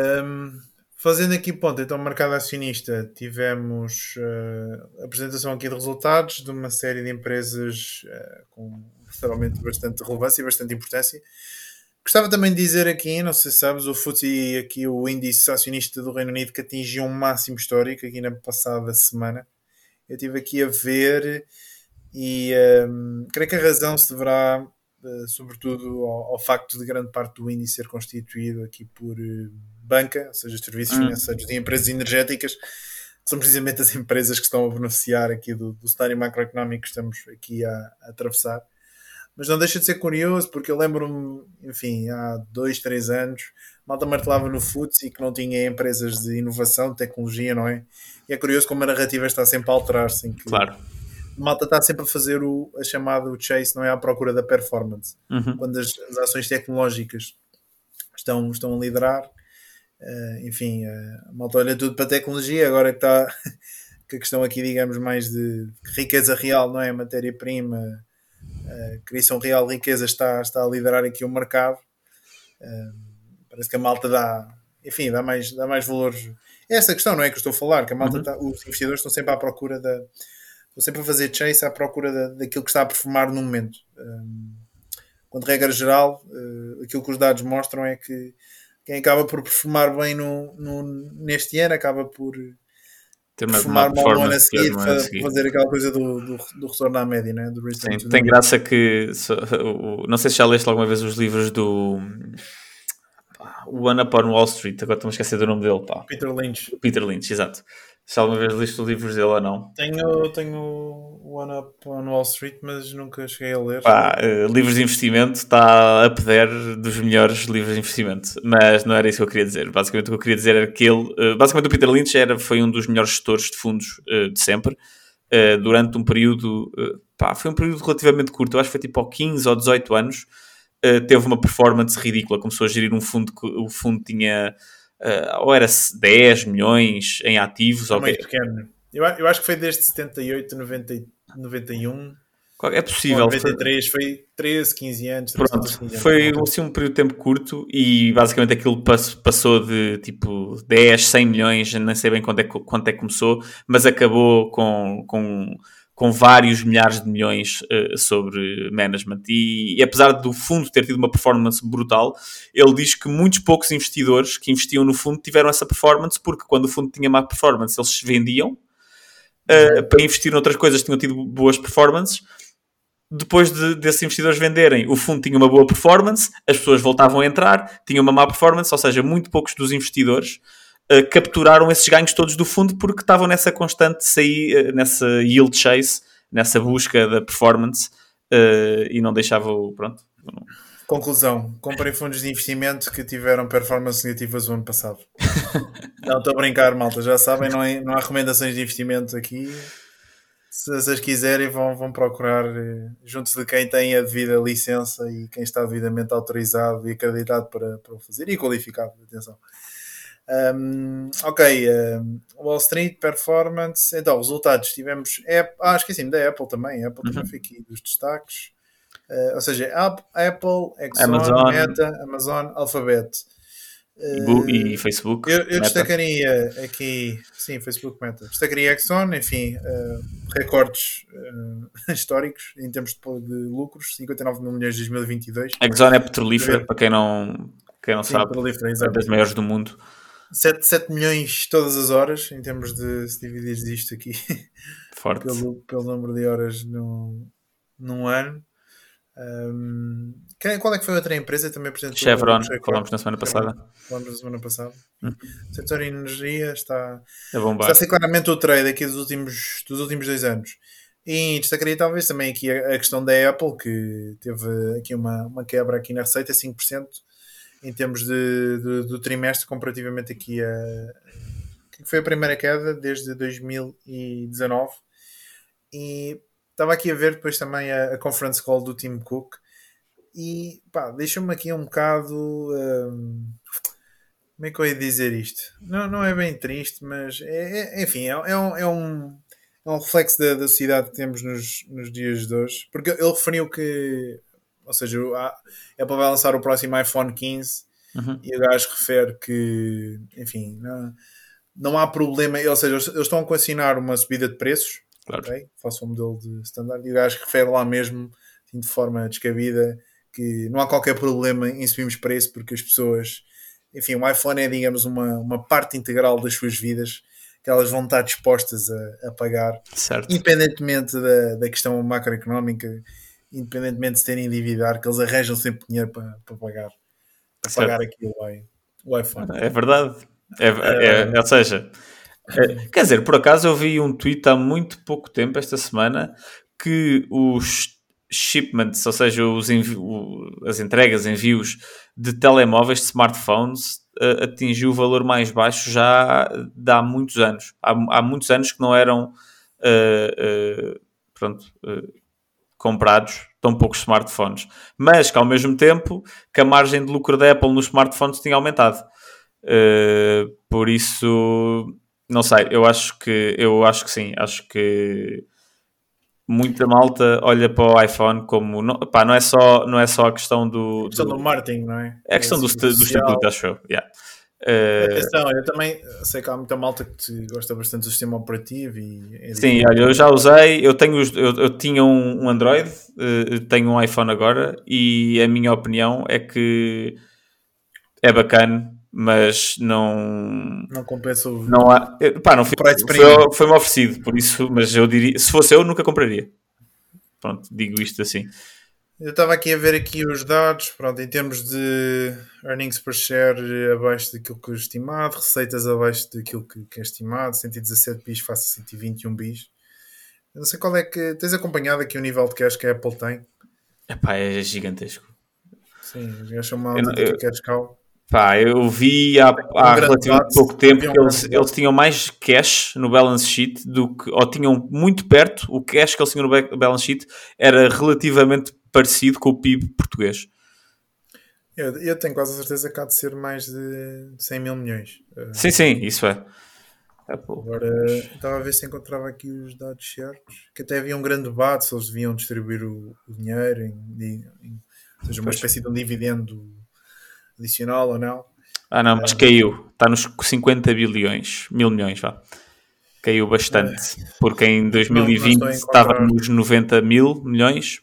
Fazendo aqui ponto, então, o mercado acionista, tivemos a apresentação aqui de resultados de uma série de empresas com realmente bastante relevância e bastante importância. Gostava também de dizer aqui, não sei se sabes, o FTSE, aqui o índice acionista do Reino Unido, que atingiu um máximo histórico aqui na passada semana. Eu estive aqui a ver e creio que a razão se deverá, sobretudo, ao facto de grande parte do índice ser constituído aqui por banca, ou seja, serviços financeiros de empresas energéticas, que são precisamente as empresas que estão a beneficiar aqui do cenário macroeconómico que estamos aqui a atravessar. Mas não deixa de ser curioso, porque eu lembro-me, enfim, há 2-3 anos, malta martelava no FTSE que não tinha empresas de inovação, de tecnologia, não é? E é curioso como a narrativa está sempre a alterar-se. Claro. Malta está sempre a fazer a chamada chase, não é? À procura da performance. Quando as ações tecnológicas estão a liderar, enfim, a malta olha tudo para a tecnologia, agora que está que a questão aqui, digamos, mais de riqueza real, não é? Matéria-prima, criação real de riqueza está a liderar aqui o mercado. Parece que a malta dá mais valor. É essa questão, não é? Que eu estou a falar, que a malta os investidores estão sempre à procura estão sempre a fazer chase à procura daquilo que está a performar no momento. Quando regra geral, aquilo que os dados mostram é que quem acaba por performar bem neste ano acaba por ter uma performance a seguir, fazer aquela coisa do retorno à média, né? Do sim, tem graça que não sei se já leste alguma vez os livros do One Up on Wall Street, agora estou a esquecer do nome dele, pá. Peter Lynch, exato. Se alguma vez leste os livros dele ou não. Tenho o One Up on Wall Street, mas nunca cheguei a ler. Livros de investimento está up there dos melhores livros de investimento, mas não era isso que eu queria dizer. Basicamente o que eu queria dizer era que basicamente o Peter Lynch foi um dos melhores gestores de fundos de sempre, durante um período, foi um período relativamente curto, eu acho que foi tipo ao 15 ou 18 anos, teve uma performance ridícula, começou a gerir um fundo que o fundo tinha ou era 10 milhões em ativos. É muito pequeno. Eu acho que foi desde 78, 91. É possível. 93, foi 13, 15 anos. Pronto, 15 foi assim um período de tempo curto e basicamente aquilo passou de tipo 10, 100 milhões, não sei bem quanto é que começou, mas acabou com vários milhares de milhões sobre management e apesar do fundo ter tido uma performance brutal, ele diz que muitos poucos investidores que investiam no fundo tiveram essa performance porque quando o fundo tinha má performance eles se vendiam para investir noutras coisas, tinham tido boas performances. Depois desses investidores venderem, o fundo tinha uma boa performance, as pessoas voltavam a entrar, tinham uma má performance, ou seja, muito poucos dos investidores capturaram esses ganhos todos do fundo porque estavam nessa constante nessa yield chase, nessa busca da performance, e não deixavam, pronto. Conclusão, comprem fundos de investimento que tiveram performance negativas o ano passado. Não, estou a brincar, malta, já sabem, não há recomendações de investimento aqui. Se vocês quiserem, vão procurar junto de quem tem a devida licença e quem está devidamente autorizado e acreditado para o fazer e qualificado, atenção. Wall Street, performance, então, resultados, tivemos, esqueci-me da Apple também, também foi aqui dos destaques, ou seja, Apple, Exxon, Amazon. Meta, Amazon, Alphabet. E Facebook. Eu destacaria aqui, sim, Facebook, Meta. Destacaria Exxon, enfim, recordes históricos em termos de lucros, 59 mil milhões de 2022. Exxon é petrolífera, para quem não Sim, sabe, é das maiores do mundo. 7 milhões todas as horas, em termos de se dividires isto aqui Forte. pelo número de horas num ano. Qual é que foi a outra empresa também apresentou? Chevron, falámos na semana passada. O setor energia está a ser claramente o trade aqui dos últimos 2 anos. E destacaria talvez também aqui a questão da Apple, que teve aqui uma quebra aqui na receita, 5% em termos do trimestre, comparativamente aqui que foi a primeira queda desde 2019. E estava aqui a ver depois também a conference call do Tim Cook e deixa-me aqui um bocado como é que eu ia dizer isto? Não é bem triste, mas enfim, é um reflexo da sociedade que temos nos dias de hoje, porque ele referiu que, ou seja, a Apple vai lançar o próximo iPhone 15 e o gajo refere que, enfim, não há problema, ou seja, eles estão a consignar uma subida de preços. Claro. Okay? Faço um modelo de standard e o gajo refere lá mesmo, assim, de forma descabida, que não há qualquer problema em subirmos preço, porque as pessoas, enfim, o iPhone é, digamos, uma parte integral das suas vidas que elas vão estar dispostas a pagar, certo, independentemente da questão macroeconómica, independentemente de se terem endividar, que eles arranjam sempre dinheiro para pagar aquilo, o iPhone. É verdade. Ou seja, quer dizer, por acaso eu vi um tweet há muito pouco tempo, esta semana, que os shipments, ou seja, as entregas, envios de telemóveis, de smartphones, atingiu o valor mais baixo já há muitos anos. Há muitos anos que não eram comprados tão poucos smartphones. Mas que ao mesmo tempo que a margem de lucro da Apple nos smartphones tinha aumentado. Por isso... Não sei, eu acho que sim. Acho que muita malta olha para o iPhone como... não é só a questão do marketing, não é? É a questão do estatuto, acho eu. Yeah. Atenção, eu também sei que há muita malta que gosta bastante do sistema operativo e sim, olha, eu já usei, eu tinha um Android, tenho um iPhone agora e a minha opinião é que é bacana, mas não compensa o... Não há... Foi-me oferecido, por isso, mas eu diria, se fosse eu, nunca compraria. Pronto, digo isto assim. Eu estava aqui a ver aqui os dados, pronto, em termos de earnings per share abaixo daquilo que é estimado, receitas abaixo daquilo que é estimado, 117 bis face a 121 bis. Eu não sei qual é que... Tens acompanhado aqui o nível de cash que a Apple tem? É gigantesco. Sim, já chamam de cash cow. Eu vi há relativamente pouco tempo que eles tinham mais cash no balance sheet do que, ou tinham muito perto, o cash que eles tinham no balance sheet era relativamente parecido com o PIB português. Eu tenho quase a certeza que há de ser mais de 100 mil milhões. Sim, isso é. Agora, estava a ver se encontrava aqui os dados certos, que até havia um grande debate se eles deviam distribuir o dinheiro, ou seja, uma espécie de um dividendo adicional ou não. Não, mas caiu. Está nos 50 mil milhões, vá. Caiu bastante. Porque em 2020 estava nos 90 mil milhões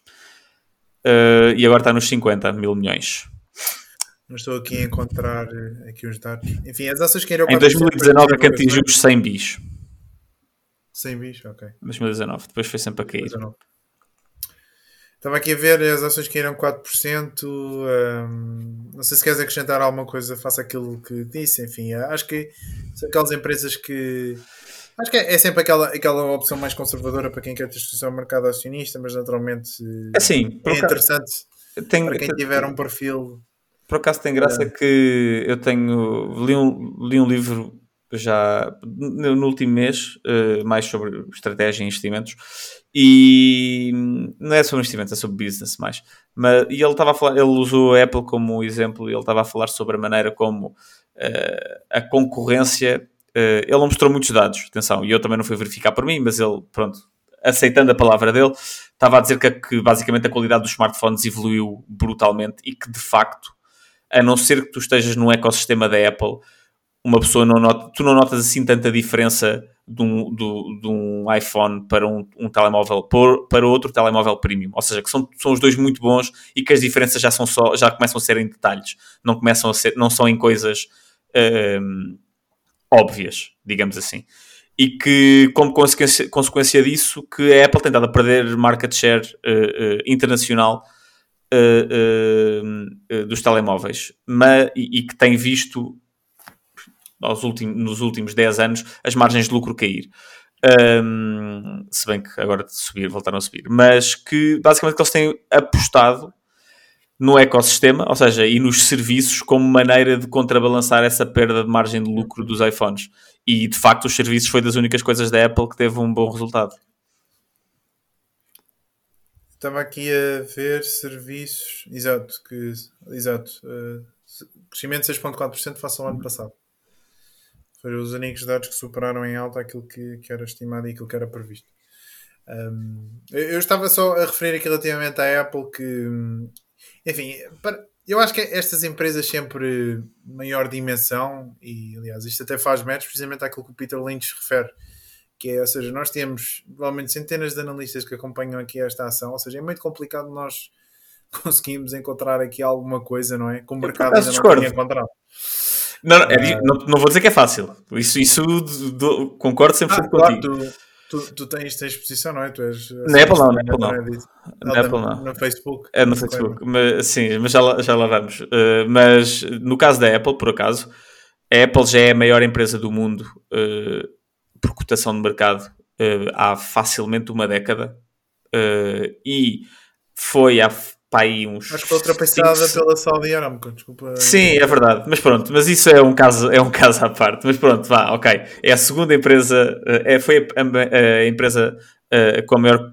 e agora está nos 50 mil milhões. Não estou aqui a encontrar aqui os dados. Enfim, as ações que eram... Em 2019 é que atingiu os 100 bis. 100 bis, ok. 2019. Depois foi sempre a cair. 2019. Estava aqui a ver, as ações caíram 4%. Não sei se queres acrescentar alguma coisa, faça aquilo que disse. Enfim, acho que são aquelas empresas que. Acho que é sempre aquela opção mais conservadora para quem quer ter exposição ao mercado acionista, mas naturalmente Assim, é interessante tem, para quem tiver um perfil. por acaso tem graça que eu li um livro já no último mês, mais sobre estratégia e investimentos, e não é sobre investimentos, é sobre business mais. E ele estava a falar, ele usou a Apple como exemplo, e ele estava a falar sobre a maneira como a concorrência, ele não mostrou muitos dados, atenção, e eu também não fui verificar por mim, mas ele, pronto, aceitando a palavra dele, estava a dizer que basicamente a qualidade dos smartphones evoluiu brutalmente e que de facto, a não ser que tu estejas no ecossistema da Apple, uma pessoa tu não notas assim tanta diferença de um iPhone para um telemóvel para outro telemóvel premium. Ou seja, que são os dois muito bons e que as diferenças já começam a ser em detalhes. Não são em coisas óbvias, digamos assim. E que, como consequência disso, que a Apple tem estado a perder market share internacional dos telemóveis, e que tem visto nos últimos 10 anos as margens de lucro cair. Se bem que agora voltaram a subir, mas que basicamente que eles têm apostado no ecossistema, ou seja, e nos serviços como maneira de contrabalançar essa perda de margem de lucro dos iPhones. E de facto os serviços foi das únicas coisas da Apple que teve um bom resultado. Estava aqui a ver serviços, exato, crescimento de 6,4% face ao ano passado. Foram os únicos dados que superaram em alta aquilo que era estimado e aquilo que era previsto. Eu estava só a referir aqui relativamente à Apple que, enfim, eu acho que estas empresas sempre maior dimensão, e aliás isto até faz match precisamente àquilo que o Peter Lynch refere, que é, ou seja, nós temos provavelmente centenas de analistas que acompanham aqui esta ação, ou seja, é muito complicado nós conseguimos encontrar aqui alguma coisa, não é? Que o mercado ainda não tenha encontrado. Não vou dizer que é fácil. Isso concordo 100% claro, contigo. Tu tens exposição, não é? Tu és na Apple não. No Facebook. É no Facebook. Mas, sim, mas já lá vamos. Mas no caso da Apple, por acaso, a Apple já é a maior empresa do mundo por cotação de mercado há facilmente uma década. E foi há aí uns... Acho que foi ultrapassada pela Saudi Aramco, desculpa. Sim, é verdade, mas pronto, mas isso é um caso à parte, mas pronto, vá, ok. É a segunda empresa, foi a empresa com a maior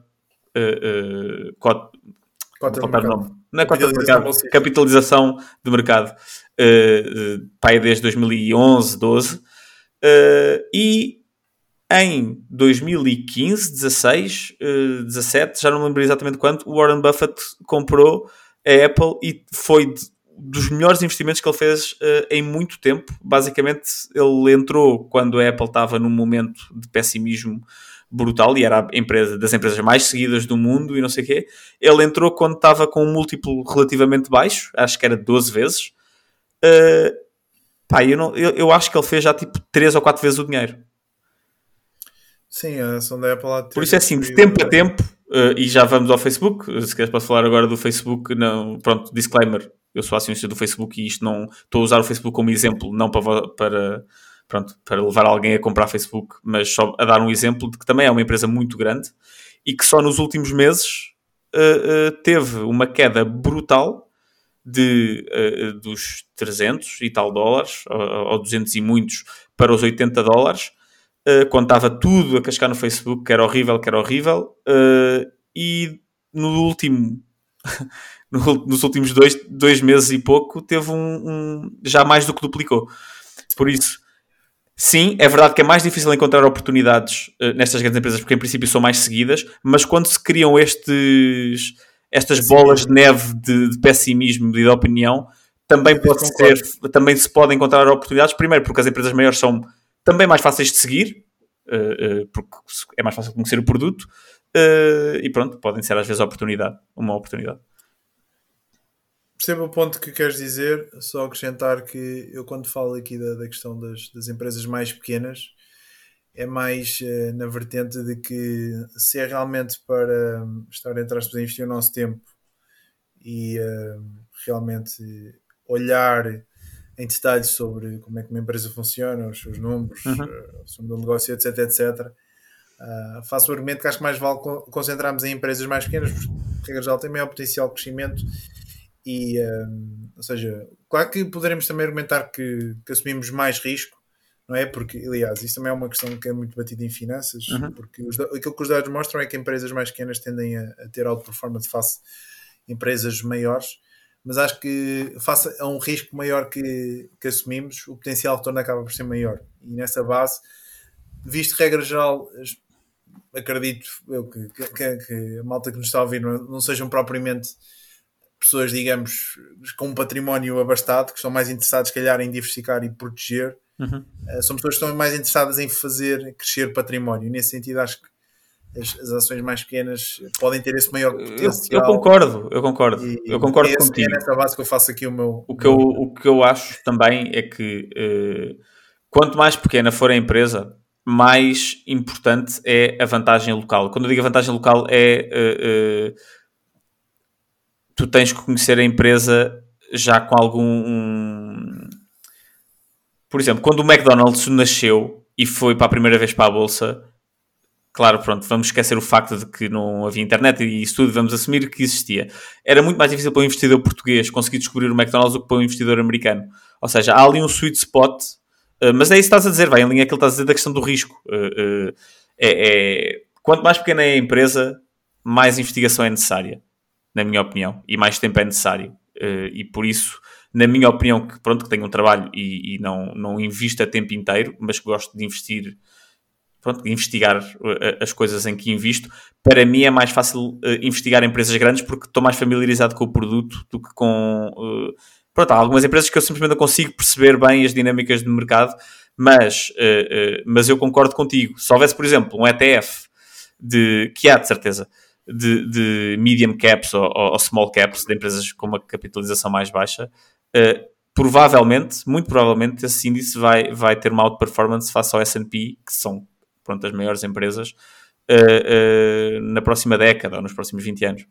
não é cota de mercado, capitalização de mercado desde 2011, 12, e em 2015, 16, 17, já não me lembro exatamente quanto, o Warren Buffett comprou a Apple e foi dos melhores investimentos que ele fez em muito tempo. Basicamente, ele entrou quando a Apple estava num momento de pessimismo brutal e era a empresa das empresas mais seguidas do mundo e não sei o quê. Ele entrou quando estava com um múltiplo relativamente baixo, acho que era 12 vezes. Eu acho que ele fez já tipo 3 ou 4 vezes o dinheiro. Sim, a ação da Apple por isso é assim, de tempo a tempo, e já vamos ao Facebook, se queres posso falar agora do Facebook, não, pronto, disclaimer, eu sou acionista do Facebook e isto não, estou a usar o Facebook como exemplo, não para levar alguém a comprar Facebook, mas só a dar um exemplo de que também é uma empresa muito grande e que só nos últimos meses teve uma queda brutal dos 300 e tal dólares, ou 200 e muitos, para os 80 dólares, quando estava tudo a cascar no Facebook, que era horrível, e nos últimos dois meses e pouco teve já mais do que duplicou. Por isso, sim, é verdade que é mais difícil encontrar oportunidades nestas grandes empresas, porque em princípio são mais seguidas, mas quando se criam estas bolas de neve de pessimismo e de opinião, também se pode encontrar oportunidades, primeiro porque as empresas maiores são também mais fáceis de seguir, porque é mais fácil conhecer o produto, e pronto, podem ser às vezes uma oportunidade. Percebo o ponto que queres dizer, só acrescentar que eu quando falo aqui da questão das empresas mais pequenas, é mais na vertente de que se é realmente para estar entre aspas a investir o nosso tempo e realmente olhar em detalhe sobre como é que uma empresa funciona, os seus números, o seu negócio, etc, etc. Faço o argumento que acho que mais vale concentrarmos em empresas mais pequenas, porque regra geral tem maior potencial de crescimento e, ou seja, claro que poderemos também argumentar que assumimos mais risco, não é? Porque, aliás, isso também é uma questão que é muito batida em finanças, porque aquilo que os dados mostram é que empresas mais pequenas tendem a ter outperformance face a empresas maiores, mas acho que face a um risco maior que assumimos, o potencial de retorno acaba por ser maior. E nessa base, visto regra geral, acredito eu que a malta que nos está a ouvir não sejam propriamente pessoas, digamos, com um património abastado, que estão mais interessados, se calhar, em diversificar e proteger. São pessoas que estão mais interessadas em fazer crescer património. Nesse sentido, acho que as ações mais pequenas podem ter esse maior potencial. Eu concordo contigo. É nessa base que eu faço aqui o meu... O que eu acho também é que quanto mais pequena for a empresa, mais importante é a vantagem local. Quando eu digo a vantagem local é... tu tens que conhecer a empresa já com algum... Por exemplo, quando o McDonald's nasceu e foi para a primeira vez para a Bolsa, claro, pronto, vamos esquecer o facto de que não havia internet e isso tudo, vamos assumir que existia. Era muito mais difícil para um investidor português conseguir descobrir o McDonald's do que para um investidor americano. Ou seja, há ali um sweet spot, mas é isso que estás a dizer, vai em linha aquilo que estás a dizer da questão do risco. Quanto mais pequena é a empresa, mais investigação é necessária, na minha opinião, e mais tempo é necessário. E por isso, na minha opinião, que tenho um trabalho e não invisto a tempo inteiro, mas que gosto de investir, de investigar as coisas em que invisto, para mim é mais fácil investigar em empresas grandes porque estou mais familiarizado com o produto do que com... há algumas empresas que eu simplesmente não consigo perceber bem as dinâmicas de mercado, mas eu concordo contigo. Se houvesse, por exemplo, um ETF que há de certeza de medium caps ou small caps, de empresas com uma capitalização mais baixa, muito provavelmente esse índice vai ter uma outperformance face ao S&P, que são as maiores empresas, na próxima década ou nos próximos 20 anos.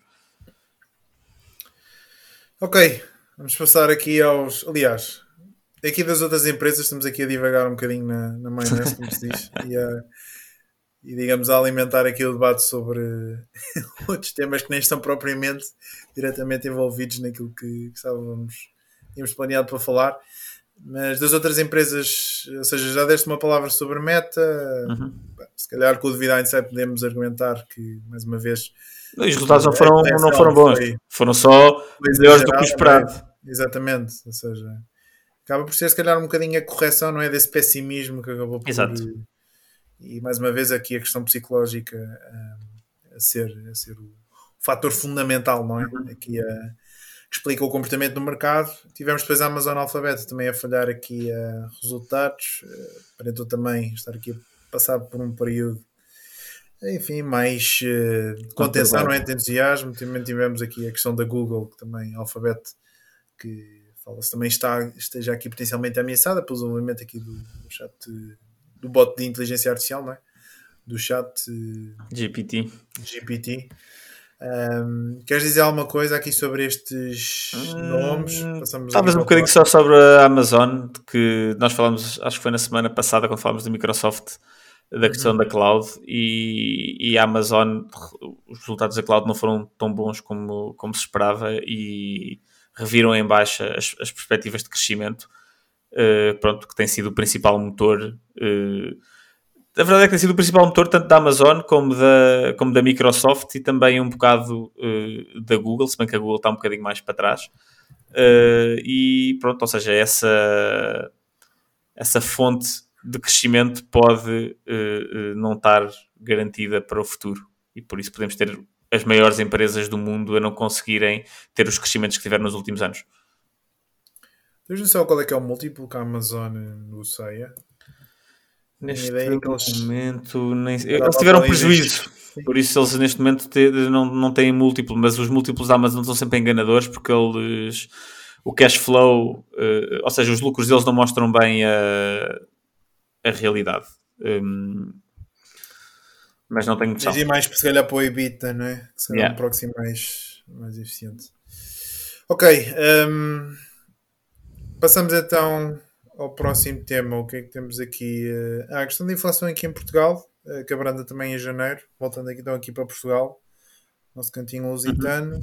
Ok, vamos passar aqui aos... Aliás, aqui das outras empresas estamos aqui a divagar um bocadinho na maionese, como se diz, e digamos a alimentar aqui o debate sobre outros temas que nem estão propriamente diretamente envolvidos naquilo que tínhamos planeado para falar. Mas das outras empresas, ou seja, já deste uma palavra sobre Meta, se calhar com o devido hindsight podemos argumentar que, mais uma vez, os resultados não foram bons, foram só melhores do que o esperado. Exatamente, ou seja, acaba por ser se calhar um bocadinho a correção, não é, desse pessimismo que acabou por... Exato. E mais uma vez aqui a questão psicológica a ser o fator fundamental, não é? Aqui explica o comportamento do mercado. Tivemos depois a Amazon Alphabet também a falhar aqui resultados, aparentou também estar aqui a passar por um período, enfim, mais de contenção, não é, de entusiasmo. Também tivemos aqui a questão da Google, que também Alphabet, que fala-se também esteja aqui potencialmente ameaçada pelo desenvolvimento aqui do chat, do bot de inteligência artificial, não é? Do chat GPT. Queres dizer alguma coisa aqui sobre estes nomes? Talvez um bocadinho só sobre a Amazon, que nós falamos, acho que foi na semana passada, quando falámos da Microsoft, da questão da cloud, e a Amazon, os resultados da cloud não foram tão bons como se esperava e reviram em baixa as perspectivas de crescimento, que tem sido o principal motor. A verdade é que tem sido o principal motor tanto da Amazon como da Microsoft e também um bocado da Google, se bem que a Google está um bocadinho mais para trás. Ou seja, essa fonte de crescimento pode não estar garantida para o futuro e por isso podemos ter as maiores empresas do mundo a não conseguirem ter os crescimentos que tiveram nos últimos anos. Tens noção qual é que é o múltiplo que a Amazon negocia? Neste momento eles tiveram prejuízo, por isso eles neste momento não têm múltiplo, mas os múltiplos da Amazon são sempre enganadores porque o cash flow, ou seja, os lucros deles não mostram bem a realidade. Mas não tenho noção. Mas mais se calhar para o EBITDA, não é? Que será um proxy mais eficiente. Ok. Passamos então ao próximo tema. O que é que temos aqui? A questão da inflação aqui em Portugal, que abranda também em janeiro. Voltando aqui, então aqui para Portugal. Nosso cantinho lusitano.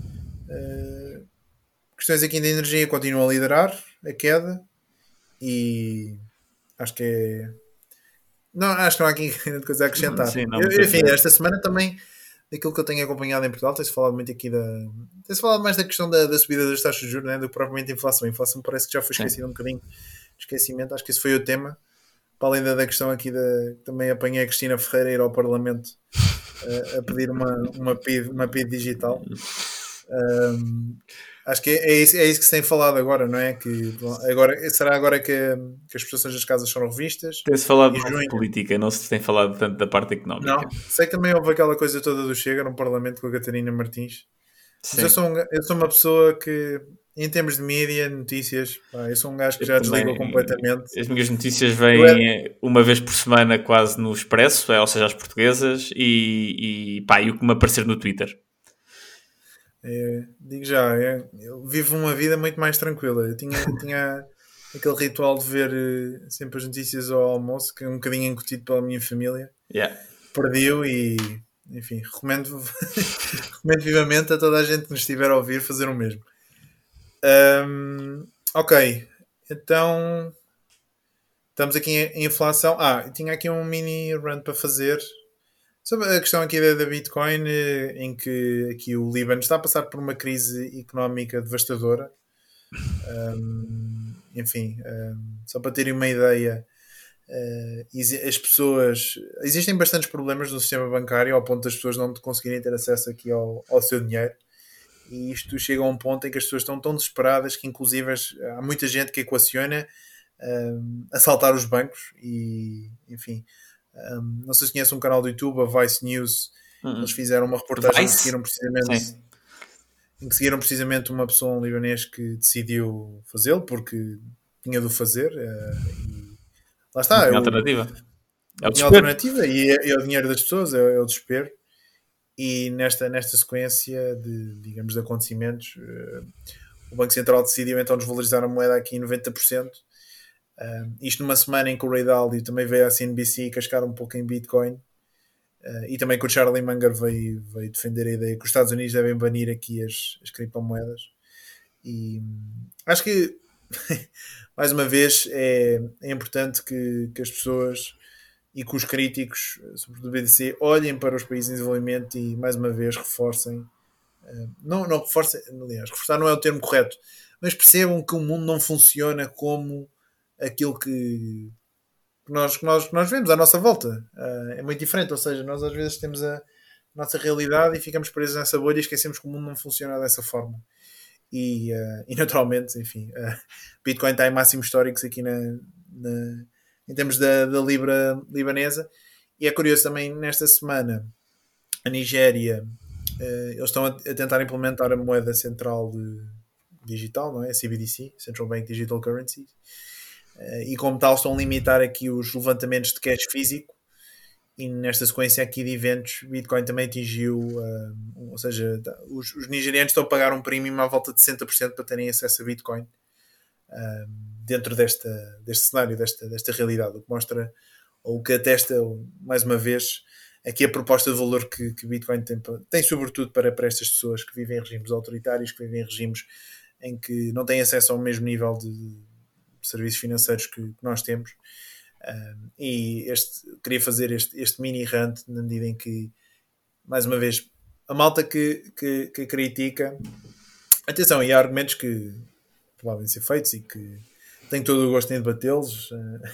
Questões aqui da energia continuam a liderar a queda. E acho que é... Não, acho que não há aqui grande coisa a acrescentar. Sim, não, Enfim, esta semana também, daquilo que eu tenho acompanhado em Portugal, tem-se falado muito aqui tem-se falado mais da questão da subida das taxas de juros, né, do que propriamente a inflação. A inflação parece que já foi esquecida um bocadinho de esquecimento. Acho que esse foi o tema. Para além da questão aqui também apanhei a Cristina Ferreira a ir ao Parlamento a pedir uma PID digital. Acho que é isso que se tem falado agora, não é? Que será agora que as prestações das casas são revistas. Tem-se falado mais de política, não se tem falado tanto da parte económica. Não, sei que também houve aquela coisa toda do Chega no Parlamento com a Catarina Martins. Mas eu sou uma pessoa que, em termos de mídia, notícias, eu sou um gajo que já desligou completamente. As minhas notícias vêm uma vez por semana quase no Expresso, ou seja, as portuguesas, e o que me aparecer no Twitter. Digo já, eu vivo uma vida muito mais tranquila. Eu tinha aquele ritual de ver sempre as notícias ao almoço, que é um bocadinho incutido pela minha família. Perdi-o e, enfim, recomendo vivamente a toda a gente que nos estiver a ouvir fazer o mesmo. Ok, então estamos aqui em inflação. Tinha aqui um mini rant para fazer sobre a questão aqui da Bitcoin, em que aqui o Líbano está a passar por uma crise económica devastadora. Enfim, só para terem uma ideia, as pessoas... Existem bastantes problemas no sistema bancário ao ponto das pessoas não conseguirem ter acesso aqui ao seu dinheiro. E isto chega a um ponto em que as pessoas estão tão desesperadas que inclusive há muita gente que equaciona assaltar os bancos e, enfim... não sei se conhece um canal do YouTube, a Vice News. Eles fizeram uma reportagem em que seguiram precisamente uma pessoa, um libanês, que decidiu fazê-lo porque tinha de o fazer. E lá está. Tinha alternativa. Tinha alternativa e é o dinheiro das pessoas, é o desespero. E nesta sequência de acontecimentos, o Banco Central decidiu então desvalorizar a moeda aqui em 90%. Isto numa semana em que o Ray Dalio também veio à CNBC cascar um pouco em Bitcoin, e também que o Charlie Munger veio defender a ideia que os Estados Unidos devem banir aqui as criptomoedas. E acho que mais uma vez é importante que as pessoas e que os críticos, sobretudo do BDC, olhem para os países em desenvolvimento e mais uma vez reforcem, não reforcem, aliás, reforçar não é o termo correto, mas percebam que o mundo não funciona como aquilo que nós vemos à nossa volta. É muito diferente, ou seja, nós às vezes temos a nossa realidade e ficamos presos nessa bolha e esquecemos que o mundo não funciona dessa forma. E naturalmente, enfim, Bitcoin está em máximos históricos aqui em termos da Libra libanesa. E é curioso também, nesta semana, a Nigéria, eles estão a tentar implementar a moeda central digital, não é? A CBDC, Central Bank Digital Currency. E como tal estão a limitar aqui os levantamentos de cash físico, e nesta sequência aqui de eventos Bitcoin também atingiu, ou seja, os nigerianos estão a pagar um prémio à volta de 60% para terem acesso a Bitcoin, dentro deste cenário, desta realidade, o que mostra, ou que atesta mais uma vez aqui a proposta de valor que Bitcoin tem sobretudo para estas pessoas que vivem em regimes autoritários, que vivem em regimes em que não têm acesso ao mesmo nível de serviços financeiros que nós temos. E queria fazer este mini rant na medida em que, mais uma vez, a malta que critica, atenção, e há argumentos que podem ser feitos e que tenho todo o gosto em debatê-los,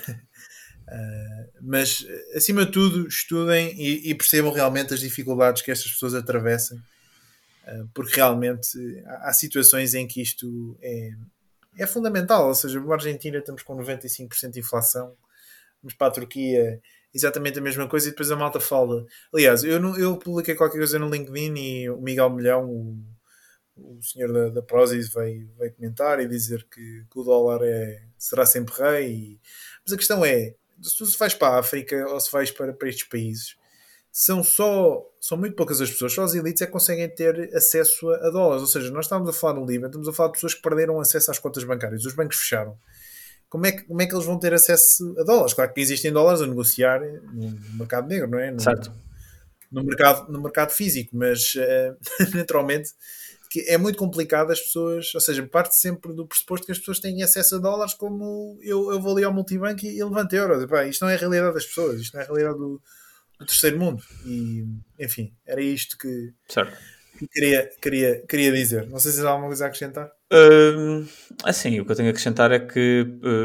mas acima de tudo estudem e percebam realmente as dificuldades que estas pessoas atravessam, porque realmente há situações em que isto é fundamental. Ou seja, na Argentina estamos com 95% de inflação, mas para a Turquia exatamente a mesma coisa, e depois a malta fala. Aliás, eu publiquei qualquer coisa no LinkedIn e o Miguel Milhão, o senhor da Prozis, veio comentar e dizer que o dólar será sempre rei. Mas a questão é, se tu vais para a África ou se vais para estes países, são muito poucas as pessoas, só as elites é que conseguem ter acesso a dólares. Ou seja, nós estamos a falar no Líbano, estamos a falar de pessoas que perderam acesso às contas bancárias, os bancos fecharam. Como é que eles vão ter acesso a dólares? Claro que existem dólares a negociar no mercado negro, não é? Certo. No mercado físico, mas naturalmente que é muito complicado as pessoas, ou seja, parte sempre do pressuposto que as pessoas têm acesso a dólares, como eu vou ali ao multibanco e levanto euros. Epá, isto não é a realidade das pessoas, isto não é a realidade do terceiro mundo. E, enfim, era isto que queria dizer. Não sei se há alguma coisa a acrescentar. Assim, o que eu tenho a acrescentar é que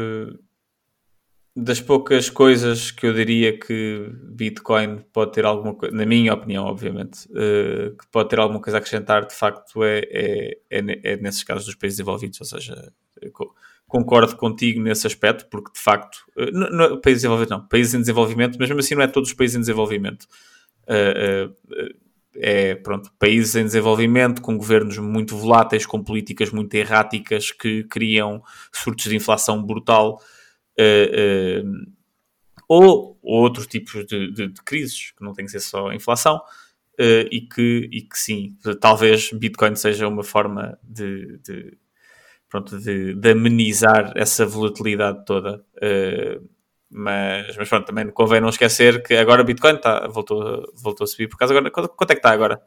das poucas coisas que eu diria que Bitcoin pode ter alguma coisa, na minha opinião, obviamente, que pode ter alguma coisa a acrescentar, de facto, é nesses casos dos países desenvolvidos. Ou seja, concordo contigo nesse aspecto, porque de facto, países desenvolvidos não, países em desenvolvimento, mas mesmo assim não é todos os países em desenvolvimento. Países em desenvolvimento com governos muito voláteis, com políticas muito erráticas que criam surtos de inflação brutal, ou outros tipos de crises, que não tem que ser só a inflação, e que sim, talvez Bitcoin seja uma forma de amenizar essa volatilidade toda. Mas pronto, também convém não esquecer que agora Bitcoin voltou a subir por causa agora. Quanto é que está agora?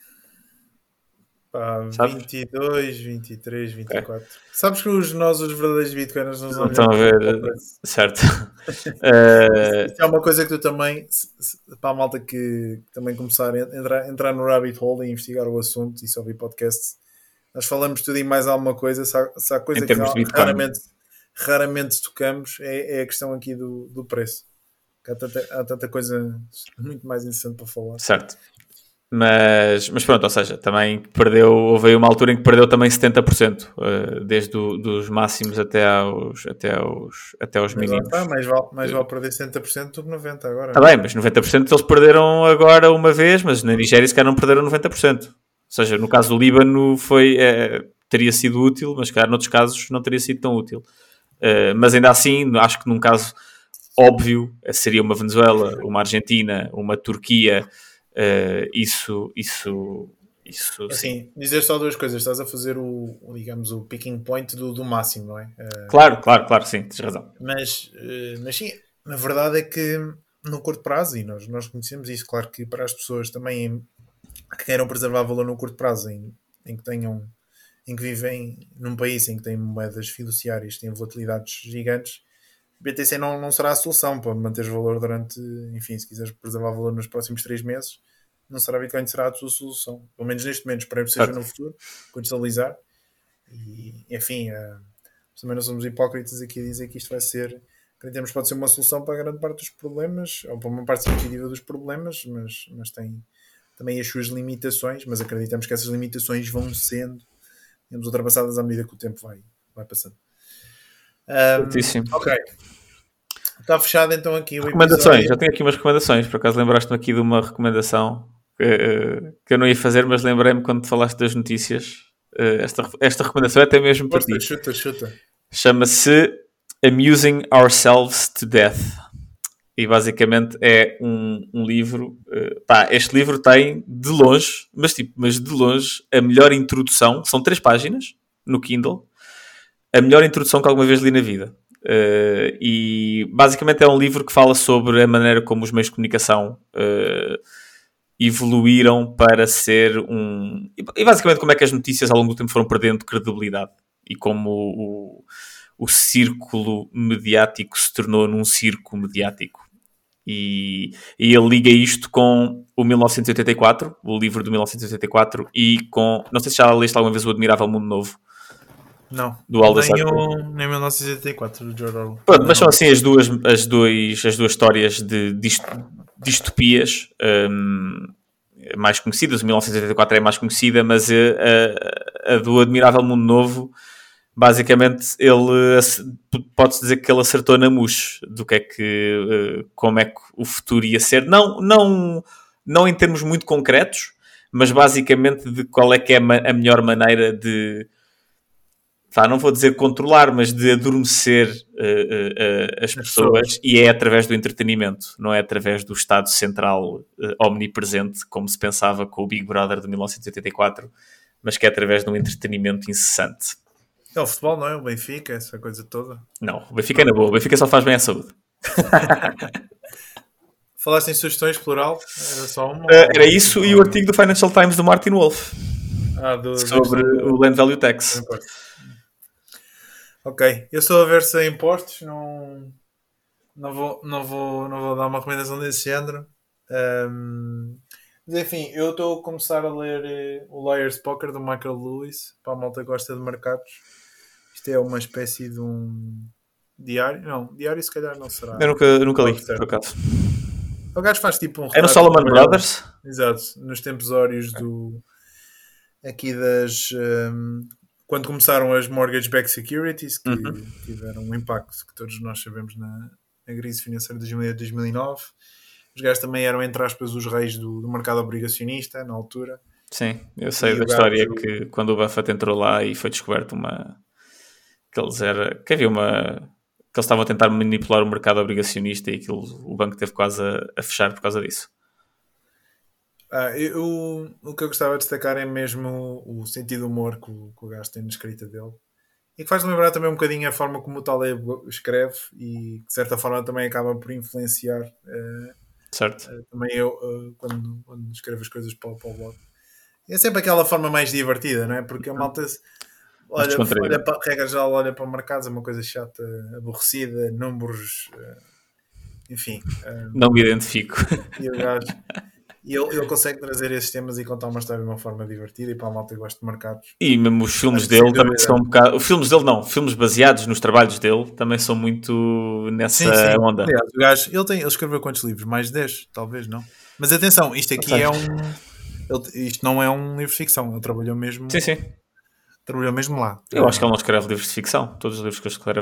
Pá, 22, 23, 24. Okay. Sabes que os verdadeiros Bitcoiners não estão a ver, certo. Isso é uma coisa que tu também, para a malta que também começar a entrar no rabbit hole e investigar o assunto e só ouvir podcast, nós falamos tudo e mais alguma coisa. Se há coisa que raramente tocamos, é a questão aqui do preço. Há tanta coisa muito mais interessante para falar. Certo. Mas pronto, ou seja, também houve uma altura em que perdeu também 70%, desde dos máximos até aos mínimos. Mais vale perder 70% do que 90% agora. Está bem, mas 90% eles perderam agora uma vez, mas na Nigéria se calhar não perderam 90%. Ou seja, no caso do Líbano teria sido útil, mas calhar noutros casos não teria sido tão útil. Mas ainda assim, acho que num caso óbvio, seria uma Venezuela, uma Argentina, uma Turquia. Isso assim, dizer só duas coisas. Estás a fazer o picking point do máximo, não é? Claro, sim, tens razão. Mas sim, na verdade é que no curto prazo, e nós conhecemos isso, claro que para as pessoas também que queiram preservar valor no curto prazo, em que vivem num país em que têm moedas fiduciárias, têm volatilidades gigantes, BTC não será a solução para manter valor durante, enfim, se quiseres preservar valor nos próximos 3 meses, não será Bitcoin, será a tua solução. Pelo menos neste momento, espero que seja no futuro, quando estabilizar. E, enfim, também não somos hipócritas aqui a dizer que isto vai ser, acreditamos que pode ser uma solução para grande parte dos problemas, ou para uma parte significativa dos problemas, mas tem também as suas limitações, mas acreditamos que essas limitações vão sendo, digamos, ultrapassadas à medida que o tempo vai passando. Ok. Está fechado então aqui o recomendações. Já tenho aqui umas recomendações. Por acaso lembraste-me aqui de uma recomendação que eu não ia fazer, mas lembrei-me quando falaste das notícias. Esta recomendação é até mesmo para ti. Chuta. Chama-se Amusing Ourselves to Death. E basicamente é um livro. Este livro tem de longe, mas de longe, a melhor introdução. São 3 páginas no Kindle. A melhor introdução que alguma vez li na vida. E basicamente é um livro que fala sobre a maneira como os meios de comunicação evoluíram para ser e basicamente como é que as notícias ao longo do tempo foram perdendo credibilidade e como o círculo mediático se tornou num circo mediático. E ele liga isto com o 1984, o livro do 1984, e com, não sei se já leste alguma vez o Admirável Mundo Novo. Não, do Aldous nem 1984 do George Orwell. Pronto, mas são assim as duas histórias de distopias mais conhecidas. O 1984 é mais conhecida, mas a do Admirável Mundo Novo, basicamente, pode-se dizer que ele acertou na mousse do que é que como é que o futuro ia ser. Não em termos muito concretos, mas basicamente de qual é que é a melhor maneira de não vou dizer controlar, mas de adormecer as pessoas, e é através do entretenimento, não é através do Estado Central omnipresente, como se pensava com o Big Brother de 1984, mas que é através de um entretenimento incessante. É o futebol, não é? O Benfica, essa coisa toda. Não, o Benfica é na boa, o Benfica só faz bem à saúde. Falaste em sugestões, plural? Era só uma? Era isso e o artigo do Financial Times do Martin Wolf sobre o Land Value Tax. Ok, eu sou averso a impostos, não vou dar uma recomendação desse género. Mas enfim, eu estou a começar a ler o Liar's Poker do Michael Lewis, para a malta que gosta de mercados. Isto é uma espécie de um diário. Não, diário se calhar não será. Eu nunca li, por acaso. O gajo faz tipo um É no Solomon Brothers? Exato, nos tempos óreos aqui das... quando começaram as mortgage-backed securities, que tiveram um impacto que todos nós sabemos na crise financeira de 2008-2009. Os gajos também eram, entre aspas, os reis do mercado obrigacionista, na altura. Sim, eu sei da história que quando o Buffett entrou lá e foi descoberto que eles estavam a tentar manipular o mercado obrigacionista e o banco teve quase a fechar por causa disso. O que eu gostava de destacar é mesmo o sentido de humor que o gajo tem na escrita dele. E que faz lembrar também um bocadinho a forma como o Taleb escreve e que de certa forma também acaba por influenciar certo. também eu quando escrevo as coisas para o blog. É sempre aquela forma mais divertida, não é? Porque a malta olha para a regra geral, olha para o mercado, é uma coisa chata, aborrecida, números, enfim. Não me identifico. E o gajo... E ele consegue trazer esses temas e contar uma história de uma forma divertida e para a malta que gosta de mercados. E mesmo os filmes dele também são um bocado... Os filmes dele não, filmes baseados nos trabalhos dele também são muito nessa onda. Aliás, o gajo, ele escreveu quantos livros? Mais de 10? Talvez, não? Mas atenção, isto aqui isto não é um livro de ficção, ele trabalhou mesmo... Sim. Trabalhou mesmo lá. Eu acho que ele não escreve livros de ficção. Todos os livros que ele escreve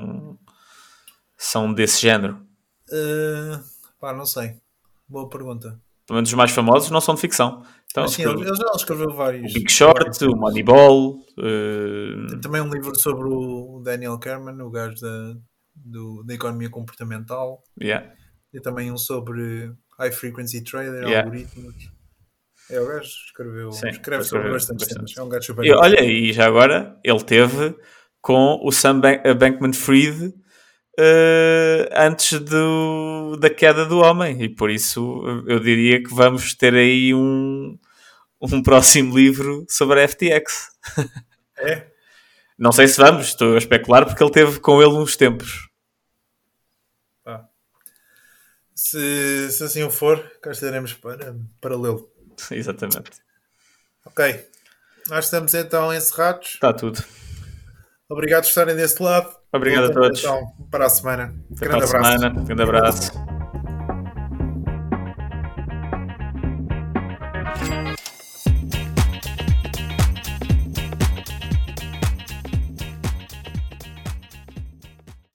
são desse género. Não sei. Boa pergunta. Pelo menos os mais famosos não são de ficção. Então, sim, ele já escreveu vários. O Big Short, o Moneyball. Tem também um livro sobre o Daniel Kahneman, o gajo da economia comportamental. Yeah. E também um sobre High Frequency Trader, algoritmos. O gajo escreve sobre bastante temas. É um gajo super. Olha, e já agora ele teve com o Sam Bankman-Fried antes da queda do homem, e por isso eu diria que vamos ter aí um próximo livro sobre a FTX. É? Não sei se vamos, estou a especular porque ele teve com ele uns tempos. Se assim o for, cá estaremos para lê-lo. Exatamente. Ok, nós estamos então encerrados. Está tudo. Obrigado por estarem desse lado. Obrigado a todos. Então, para a semana. Grande abraço.